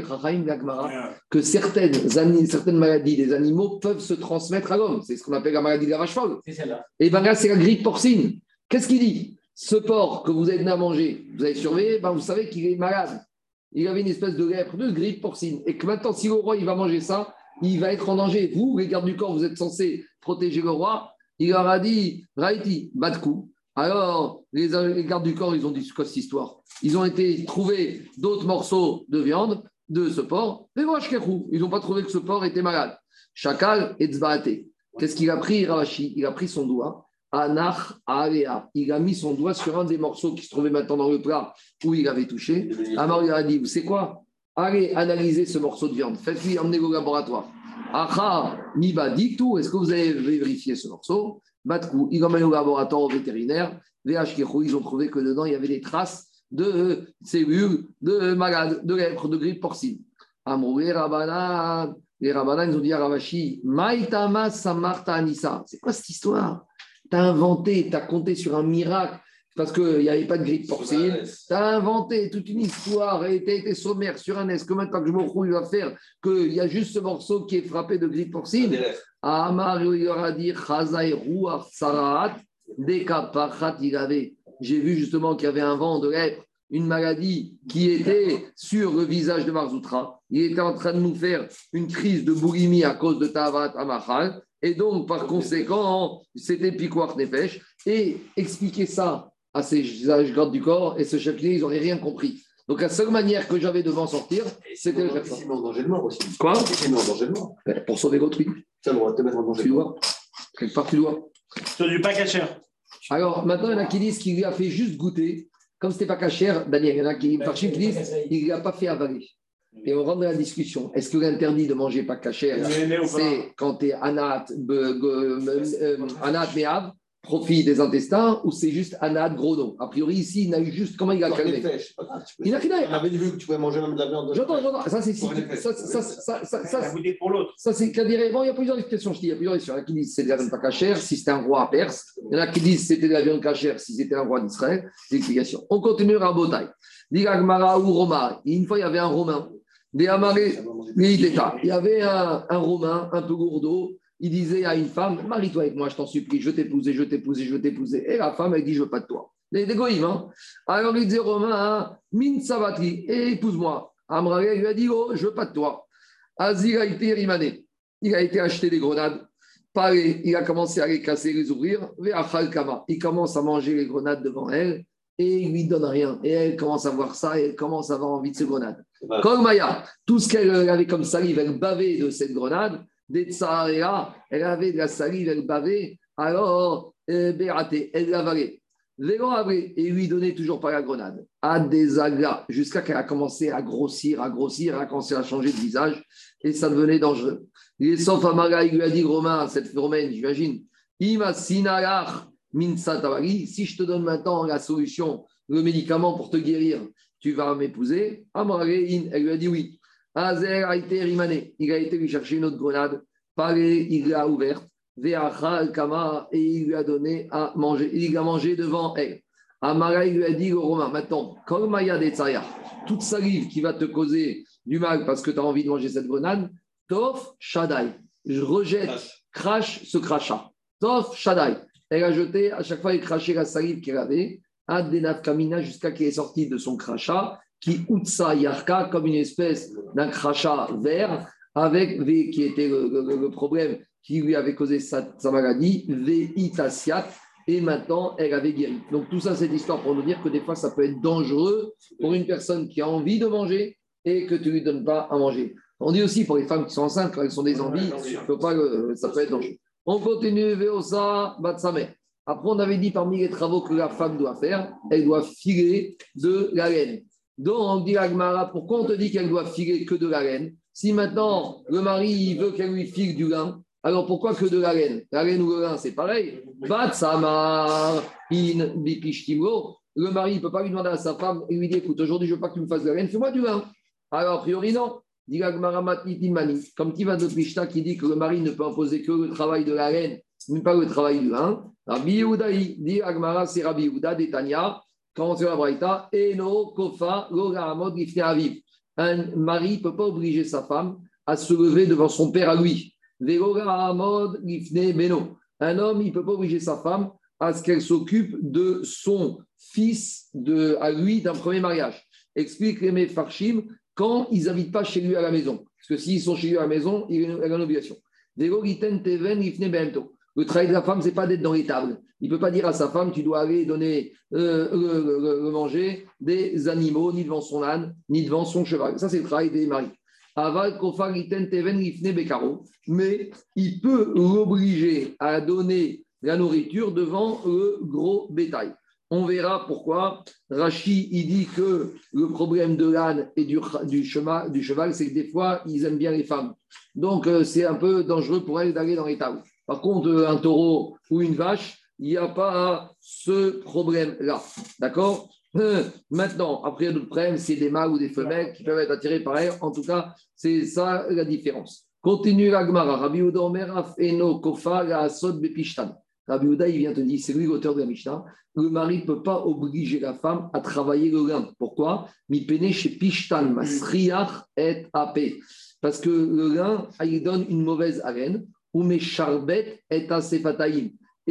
que certaines, certaines maladies des animaux peuvent se transmettre à l'homme. C'est ce qu'on appelle la maladie de la vache folle. Et bien là, c'est la grippe porcine. Qu'est-ce qu'il dit? Ce porc que vous avez donné à manger, vous avez surveillé, ben vous savez qu'il est malade. Il avait une espèce de lèpre, de grippe porcine. Et que maintenant, si le roi il va manger ça, il va être en danger. Vous, les gardes du corps, vous êtes censés protéger le roi. Il leur a dit, Raïti, Batkou. Alors, les, les gardes du corps, ils ont dit, c'est quoi cette histoire? Ils ont été trouver d'autres morceaux de viande de ce porc. Mais moi, ils n'ont pas trouvé que ce porc était malade. Chakal et Tzbaate. Qu'est-ce qu'il a pris, Ravashi? Il a pris son doigt. Anach Alea. Il a mis son doigt sur un des morceaux qui se trouvait maintenant dans le plat où il avait touché. Alors, il a dit, vous savez quoi? Allez analyser ce morceau de viande. Faites-lui emmener au laboratoire. Acha, Niba, dit tout. Est-ce que vous avez vérifié ce morceau? Batkou, ils l'emmènent au laboratoire au vétérinaire. V H Kirou, ils ont trouvé que dedans, il y avait des traces de cellules, de malades, de lèpre, de grippe porcine. Amroué, Rabbanan, les Rabbanan, ils ont dit à Ravashi, Maïtama Samarta Anissa. C'est quoi cette histoire? Tu as inventé, tu as compté sur un miracle parce qu'il n'y avait pas de grippe porcine. Tu as inventé toute une histoire et tu as été sommaire sur un est-ce que maintenant que je me retrouve, il va faire qu'il y a juste ce morceau qui est frappé de grippe porcine. Amar, il leur a dit, Chazaï Rouar Sarahat, Dekapachat, il avait. J'ai vu justement qu'il y avait un vent de lèpre, une maladie qui était sur le visage de Marzoutra. Il était en train de nous faire une crise de boulimie à cause de Tavat Amachal. Et donc, par conséquent, c'était Pikwar Nefesh. Et expliquer ça à ces gardes du corps et ce chef-là, ils n'auraient rien compris. Donc, la seule manière que j'avais de m'en sortir, c'était de faire ça. C'est en danger de mort aussi. Quoi? C'est en danger de mort. Pour sauver l'autrui. Ça va te mettre en danger. Tu dois. Quelque part, tu dois. Sur du pas cachère. Alors, maintenant, il y en a qui disent qu'il lui a fait juste goûter. Comme ce n'était pas cachère, Daniel, il y en a qui, par qui disent qu'il ne lui a pas fait avaler. Et on rentre dans la discussion. Est-ce que l'interdit de manger pas cachère, c'est quand tu es anat, anat me'av, profit des intestins, ou c'est juste anat grono? A priori, ici, il a eu juste. Comment il a calmé? Il a calmé. On avait vu que tu pouvais manger même de la viande. J'entends, j'entends. Ça, c'est si. Ça, ça, ça, ça, ça, pour l'autre. Ça, c'est qu'il bon, il y a plusieurs explications. Je dis, il y a plusieurs explications. Il y en a qui disent que c'est de la viande pas cachère si c'était un roi perse. Il y en a qui disent que c'était de la viande cachère si c'était un roi d'Israël. C'est l'explication. On continue à Botaï. Digagmara ou Roma. Une fois, il y avait un Romain. Des Amaré, il y avait un, un Romain un peu gourdeau. Il disait à une femme, marie-toi avec moi, je t'en supplie, je t'épousais, je t'épousais, je t'épousais. Et la femme, elle dit, je veux pas de toi. Des goïms, hein. Alors il disait, Romain, min savatri, et épouse-moi. Amrare lui a dit, oh, je veux pas de toi. Azir a été rimané. Il a été acheter des grenades. Pareil, il a commencé à les casser, les ouvrir. Il commence à manger les grenades devant elle. Et il lui donne rien. Et elle commence à voir ça et elle commence à avoir envie de ces grenades. Comme Maya, tout ce qu'elle avait comme salive, elle bavait de cette grenade. Des Tsaharéa, elle avait de la salive, elle bavait. Alors, euh, Bératé, elle l'avalait. Vélo avait et lui donnait toujours pas la grenade. À des aglas, jusqu'à qu'elle a commencé à grossir, à grossir, elle a commencé à changer de visage. Et ça devenait dangereux. Il est sauf Amara, il lui a dit, Romain, cette romaine, j'imagine, Ima Sinarach. Si je te donne maintenant la solution, le médicament pour te guérir, tu vas m'épouser. Elle lui a dit oui. Azer a été rimané. Il a été lui chercher une autre grenade. Pareil, il l'a ouverte. Et il lui a donné à manger. Il a mangé devant elle. Amara, il lui a dit au Romain, maintenant, comme Maya de Tsaya, toute salive qui va te causer du mal parce que tu as envie de manger cette grenade, Tof Shaddai. Je rejette, crache ce crachat. Tof Shaddai. Elle a jeté, à chaque fois, elle crachait la salive qu'elle avait, à Denaf Kamina, jusqu'à qu'elle est sortie de son crachat, qui Utsa Yarka, comme une espèce d'un crachat vert, avec, qui était le, le, le problème, qui lui avait causé sa, sa maladie, Veitasiat, et maintenant elle avait guéri. Donc tout ça, c'est l'histoire pour nous dire que des fois, ça peut être dangereux pour une personne qui a envie de manger et que tu ne lui donnes pas à manger. On dit aussi pour les femmes qui sont enceintes, quand elles ont des envies, faut pas, ça peut être dangereux. On continue, Veosa, Batsamer. Après, on avait dit parmi les travaux que la femme doit faire, elle doit filer de la laine. Donc, on dit à Gmara, pourquoi on te dit qu'elle doit filer que de la laine? Si maintenant, le mari il veut qu'elle lui file du lin, alors pourquoi que de la laine? La laine ou le lin, c'est pareil. Batsamar, in bikishtimlo. Le mari ne peut pas lui demander à sa femme et lui dire, écoute, aujourd'hui, je ne veux pas que tu me fasses de la laine, fais-moi du lin. Alors, a priori, non. Dit la Gmara Matnitimani. Comme qui va de Mishnah qui dit que le mari ne peut imposer que le travail de la laine, mais pas le travail du lin. Rabbi Yehudaï, dit Agmara, c'est Rabbi Yehuda, d'Etania, quand on se la braïta, Eno, Kofa, Loga, Amod, Gifne, Aviv. Un mari ne peut pas obliger sa femme à se lever devant son père à lui. Veloga, Amod, Gifne, Beno. Un homme, il ne peut pas obliger sa femme à ce qu'elle s'occupe de son fils de, à lui d'un premier mariage. Explique les Mefarshim quand ils n'habitent pas chez lui à la maison. Parce que s'ils sont chez lui à la maison, il a une obligation. Le travail de la femme, ce n'est pas d'être dans les tables. Il ne peut pas dire à sa femme, tu dois aller donner euh, le, le, le manger des animaux, ni devant son âne, ni devant son cheval. Ça, c'est le travail des maris. Mais il peut l'obliger à donner la nourriture devant le gros bétail. On verra pourquoi. Rachi, il dit que le problème de l'âne et du, du, chemin, du cheval, c'est que des fois, ils aiment bien les femmes. Donc, euh, c'est un peu dangereux pour elles d'aller dans les tables. Par contre, un taureau ou une vache, il n'y a pas ce problème-là. D'accord ? euh, Maintenant, après, il y a d'autres problèmes, c'est des mâles ou des femelles qui peuvent être attirés par elles. En tout cas, c'est ça la différence. Continue la Gemara. Rabbi Yehuda Omer Afeno Kofa la Asod Bepishtan. Rabbi Yehuda, il vient te dire, c'est lui l'auteur de la Mishnah. Le mari ne peut pas obliger la femme à travailler le lin. Pourquoi ? Mi pene chez Pishtan, Masriach et Apé. Parce que le lin, il donne une mauvaise haleine. Ou mes charbet et asefataïm.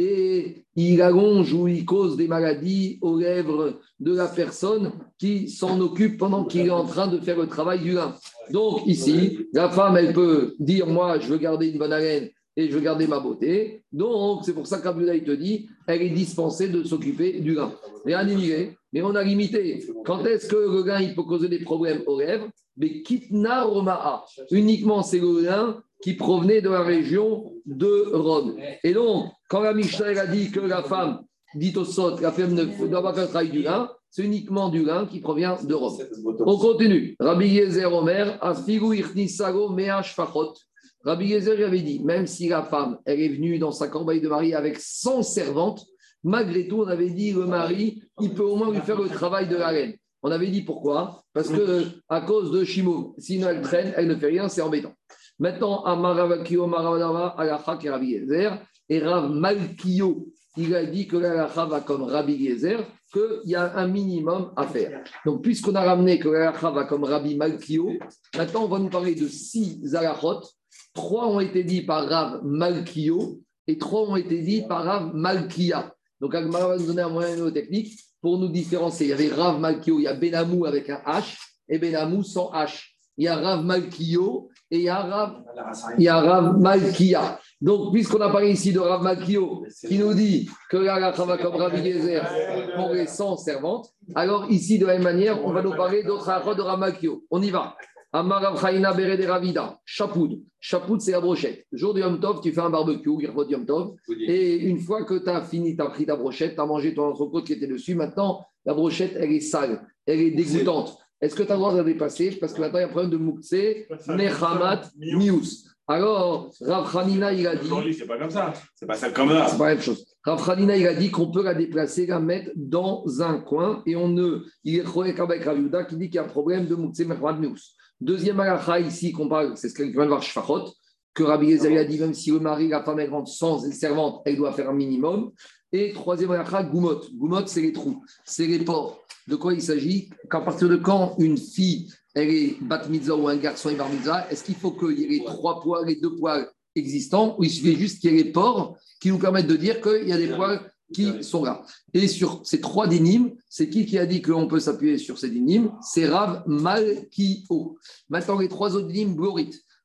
Et il allonge ou il cause des maladies aux lèvres de la personne qui s'en occupe pendant qu'il est en train de faire le travail du lin. Donc ici, la femme, elle peut dire, moi, je veux garder une bonne haleine et je veux garder ma beauté. Donc, c'est pour ça qu'Abdoulaye te dit, elle est dispensée de s'occuper du lin. Rien d'immigré, mais on a limité. Quand est-ce que le lin, il peut causer des problèmes aux lèvres ? Mais kitna roma'a. Uniquement, c'est le lin qui provenait de la région de Rome. Et donc, quand la Mishnah a dit que la femme, dit au sot, la femme ne doit pas faire le travail du lin, c'est uniquement du lin qui provient de Rome. On continue. Rabbi Yezer Omer, Afigu Irnisago Mea Shfachot. Rabbi Yezer avait dit, même si la femme, elle est venue dans sa corbeille de mari avec cent servantes, malgré tout, on avait dit, le mari, il peut au moins lui faire le travail de la reine. On avait dit pourquoi ? Parce que à cause de Shimon, sinon elle traîne, elle ne fait rien, c'est embêtant. Maintenant, Amaravakio, Maravadava, Alacha et Rabbi Yezer, et Rav Malkio, il a dit que l'Alacha va comme Rabbi Yezer, qu'il y a un minimum à faire. Donc, puisqu'on a ramené que l'Alacha va comme Rabbi Malkio, maintenant on va nous parler de six Alachot. Trois ont été dits par Rav Malkio et trois ont été dits par Rav Malkia. Donc, Agmara va nous donner un moyen technique pour nous différencier. Il y avait Rav Malkio, il y a Benamou avec un H et Benamou sans H. Il y a Rav Malkio et il y a Rav, il y a Rav Malkia. Donc, puisqu'on a parlé ici de Rav Malkio qui nous dit que la va comme Rabbi Yezer pour les cent servantes, alors ici, de la même manière, on va nous parler d'autres achot de Rav Malkio. On y va. Amarav Chaïna Bere de Ravida, Chapoud. Chapoud, c'est la brochette. Jour du Yom Tov, tu fais un barbecue, il du Yom Tov. Et une fois que tu as fini, tu as pris ta brochette, tu as mangé ton entrecôte qui était dessus, maintenant, la brochette, elle est sale, elle est dégoûtante. Est-ce que tu as le droit de la dépasser ? Parce que maintenant, il y a un problème de Moukse, Nechamat, Mius. Alors, Rav Hanina, il a dit. C'est pas comme ça. C'est pas ça comme ça. C'est pas la même chose. Rav Hanina, il a dit qu'on peut la déplacer, la mettre dans un coin et on ne. Il est chouette avec Rav Yehuda qui dit qu'il y a un problème de Moukse, Nechamat, Mius. Deuxième halakha ici qu'on parle, c'est ce qu'il vient de voir Shfachot, que Rabbi Yezer a dit, même si le mari, la femme, elle rentre sans servante, elle doit faire un minimum. Et troisième halakha, Goumot. Goumot, c'est les trous, c'est les pores. De quoi il s'agit ? Qu'à partir de quand une fille, elle est bat mitzvah ou un garçon est bar mitzvah, est-ce qu'il faut qu'il y ait les trois poils, les deux poils existants, ou il suffit juste qu'il y ait les pores qui nous permettent de dire qu'il y a des poils qui sont là. Et sur ces trois dynimes, c'est qui qui a dit qu'on peut s'appuyer sur ces dynimes ? C'est Rav Malkio. Maintenant, les trois autres dynimes, Glorit.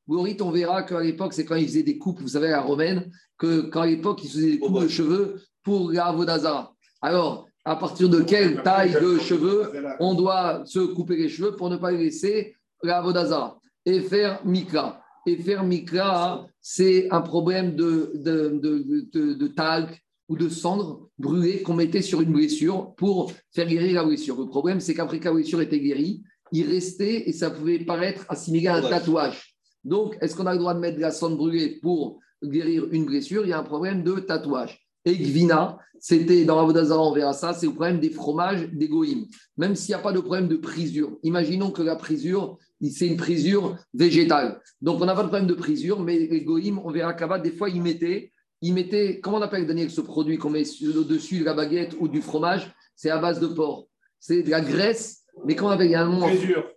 Borit, on verra qu'à l'époque, c'est quand ils faisaient des coupes, vous savez, à la romaine, que quand à l'époque, ils faisaient des coupes de cheveux pour la Avodazara. Alors, à partir de quelle taille de cheveux on doit se couper les cheveux pour ne pas laisser la Avodazara et faire Mikra. Et faire Mikra, c'est un problème de, de, de, de, de talc ou de cendre brûlée qu'on mettait sur une blessure pour faire guérir la blessure. Le problème, c'est qu'après que la blessure était guérie, il restait et ça pouvait paraître assimilé à un tatouage. Donc, est-ce qu'on a le droit de mettre de la cendre brûlée pour guérir une blessure? Il y a un problème de tatouage. Et Gvina, c'était dans la Vodazara, on verra ça, c'est le problème des fromages des goïms. Même s'il n'y a pas de problème de prisure. Imaginons que la prisure, c'est une prisure végétale. Donc, on n'a pas de problème de prisure, mais les goïms, on verra qu'à des fois, ils mettaient, ils mettaient, comment on appelle, Daniel, ce produit qu'on met au-dessus de la baguette ou du fromage? C'est à base de porc. C'est de la graisse, mais comment on appelle? Il y a un nom.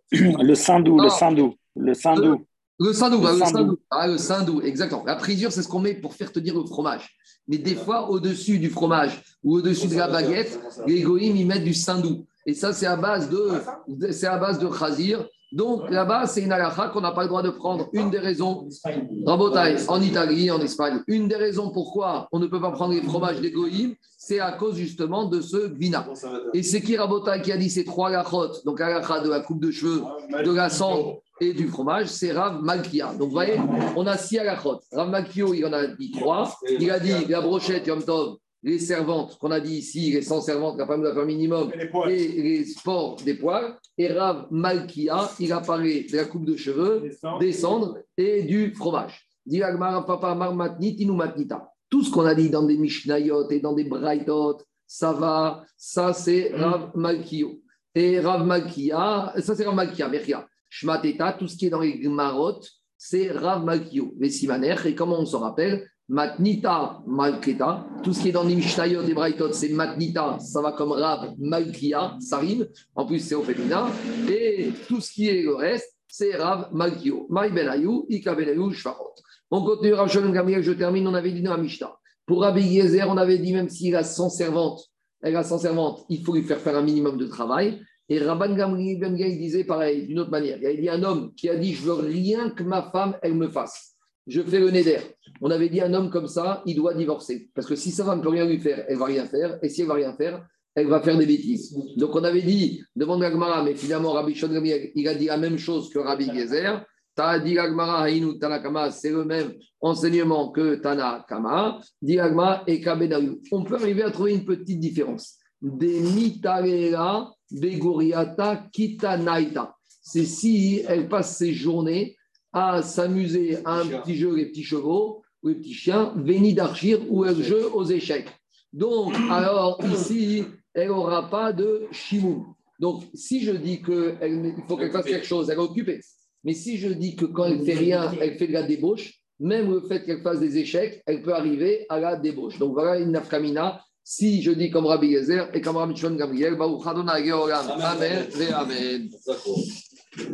Le sindou, le sindou, le sindou. Le sindou, le bah, le sindou. sindou. Ah, le sindou, exactement. La prisure, c'est ce qu'on met pour faire tenir le fromage. Mais des fois, au-dessus du fromage ou au-dessus de la baguette, les goïms, ils mettent du sindou. Et ça, c'est à base de, c'est à base de khazir. Donc là-bas, c'est une halakha qu'on n'a pas le droit de prendre. Une des raisons, Rabotai, en Italie, en Espagne, une des raisons pourquoi on ne peut pas prendre les fromages des goïms, c'est à cause justement de ce vina. Et c'est qui Rabotai qui a dit ces trois halakhot, donc halakha de la coupe de cheveux, de la cendre et du fromage, c'est Rav Malkia. Donc vous voyez, on a six halakhot. Rav Malkio, il en a dit trois. Il a dit la brochette Yom Tov, les servantes, qu'on a dit ici, les cent servantes, la femme doit faire minimum, et les, et les sports des poils. Et Rav Malkia, il a parlé de la coupe de cheveux, des cendres et du fromage. Dit papa marmatniti ou matnita. Tout ce qu'on a dit dans des Mishnayot et dans des Braithot, ça va, ça c'est Rav Malkio. Et Rav Malkia, ça c'est Rav Malkia, Merkia. Shmateta, tout ce qui est dans les Gmarot, c'est Rav Malkio. Vesimaner, et comment on se rappelle? Matnita Malketa, tout ce qui est dans les Mishnayot et Braithot, c'est Matnita, ça va comme Rav Malkia, ça rime, en plus c'est au féminin, et tout ce qui est le reste, c'est Rav Malkio. Maï Benayou, Ika Benayou, Shvarot. On continue, Rav Shalom Gamliel, je termine, on avait dit dans la Mishnah. Pour Rabbi Yezer, on avait dit même s'il a cent servantes, elle a cent servantes, il faut lui faire faire un minimum de travail. Et Rabban Gamliel disait pareil, d'une autre manière. Il y a dit un homme qui a dit, je veux rien que ma femme, elle me fasse. Je fais le néder. On avait dit un homme comme ça, il doit divorcer. Parce que si sa femme ne peut rien lui faire, elle ne va rien faire. Et si elle ne va rien faire, elle va faire des bêtises. Donc on avait dit, demande la Gemara, mais finalement Rabbi Shon Gamliel, il a dit la même chose que Rabbi Gezer. T'as dit la Gemara, Haïnou Tanakama, c'est le même enseignement que Tanakama. Dit la Gemara et Kabenayu. On peut arriver à trouver une petite différence. Des mitarera, begoriata, kitanaita. C'est si elle passe ses journées à s'amuser à un petit jeu, les petits chevaux ou les petits chiens, Véni d'Archir ou un jeu aux échecs. Donc, alors ici, elle n'aura pas de chimoum. Donc, si je dis qu'il faut qu'elle fasse quelque chose, elle est occupée. Mais si je dis que quand elle ne fait rien, elle fait de la débauche, même le fait qu'elle fasse des échecs, elle peut arriver à la débauche. Donc, voilà une nafkamina. Si je dis comme Rabbi Yezer et comme Rabbi Shon Gamliel, Baruch Adonai Geolam. Amen et Amen.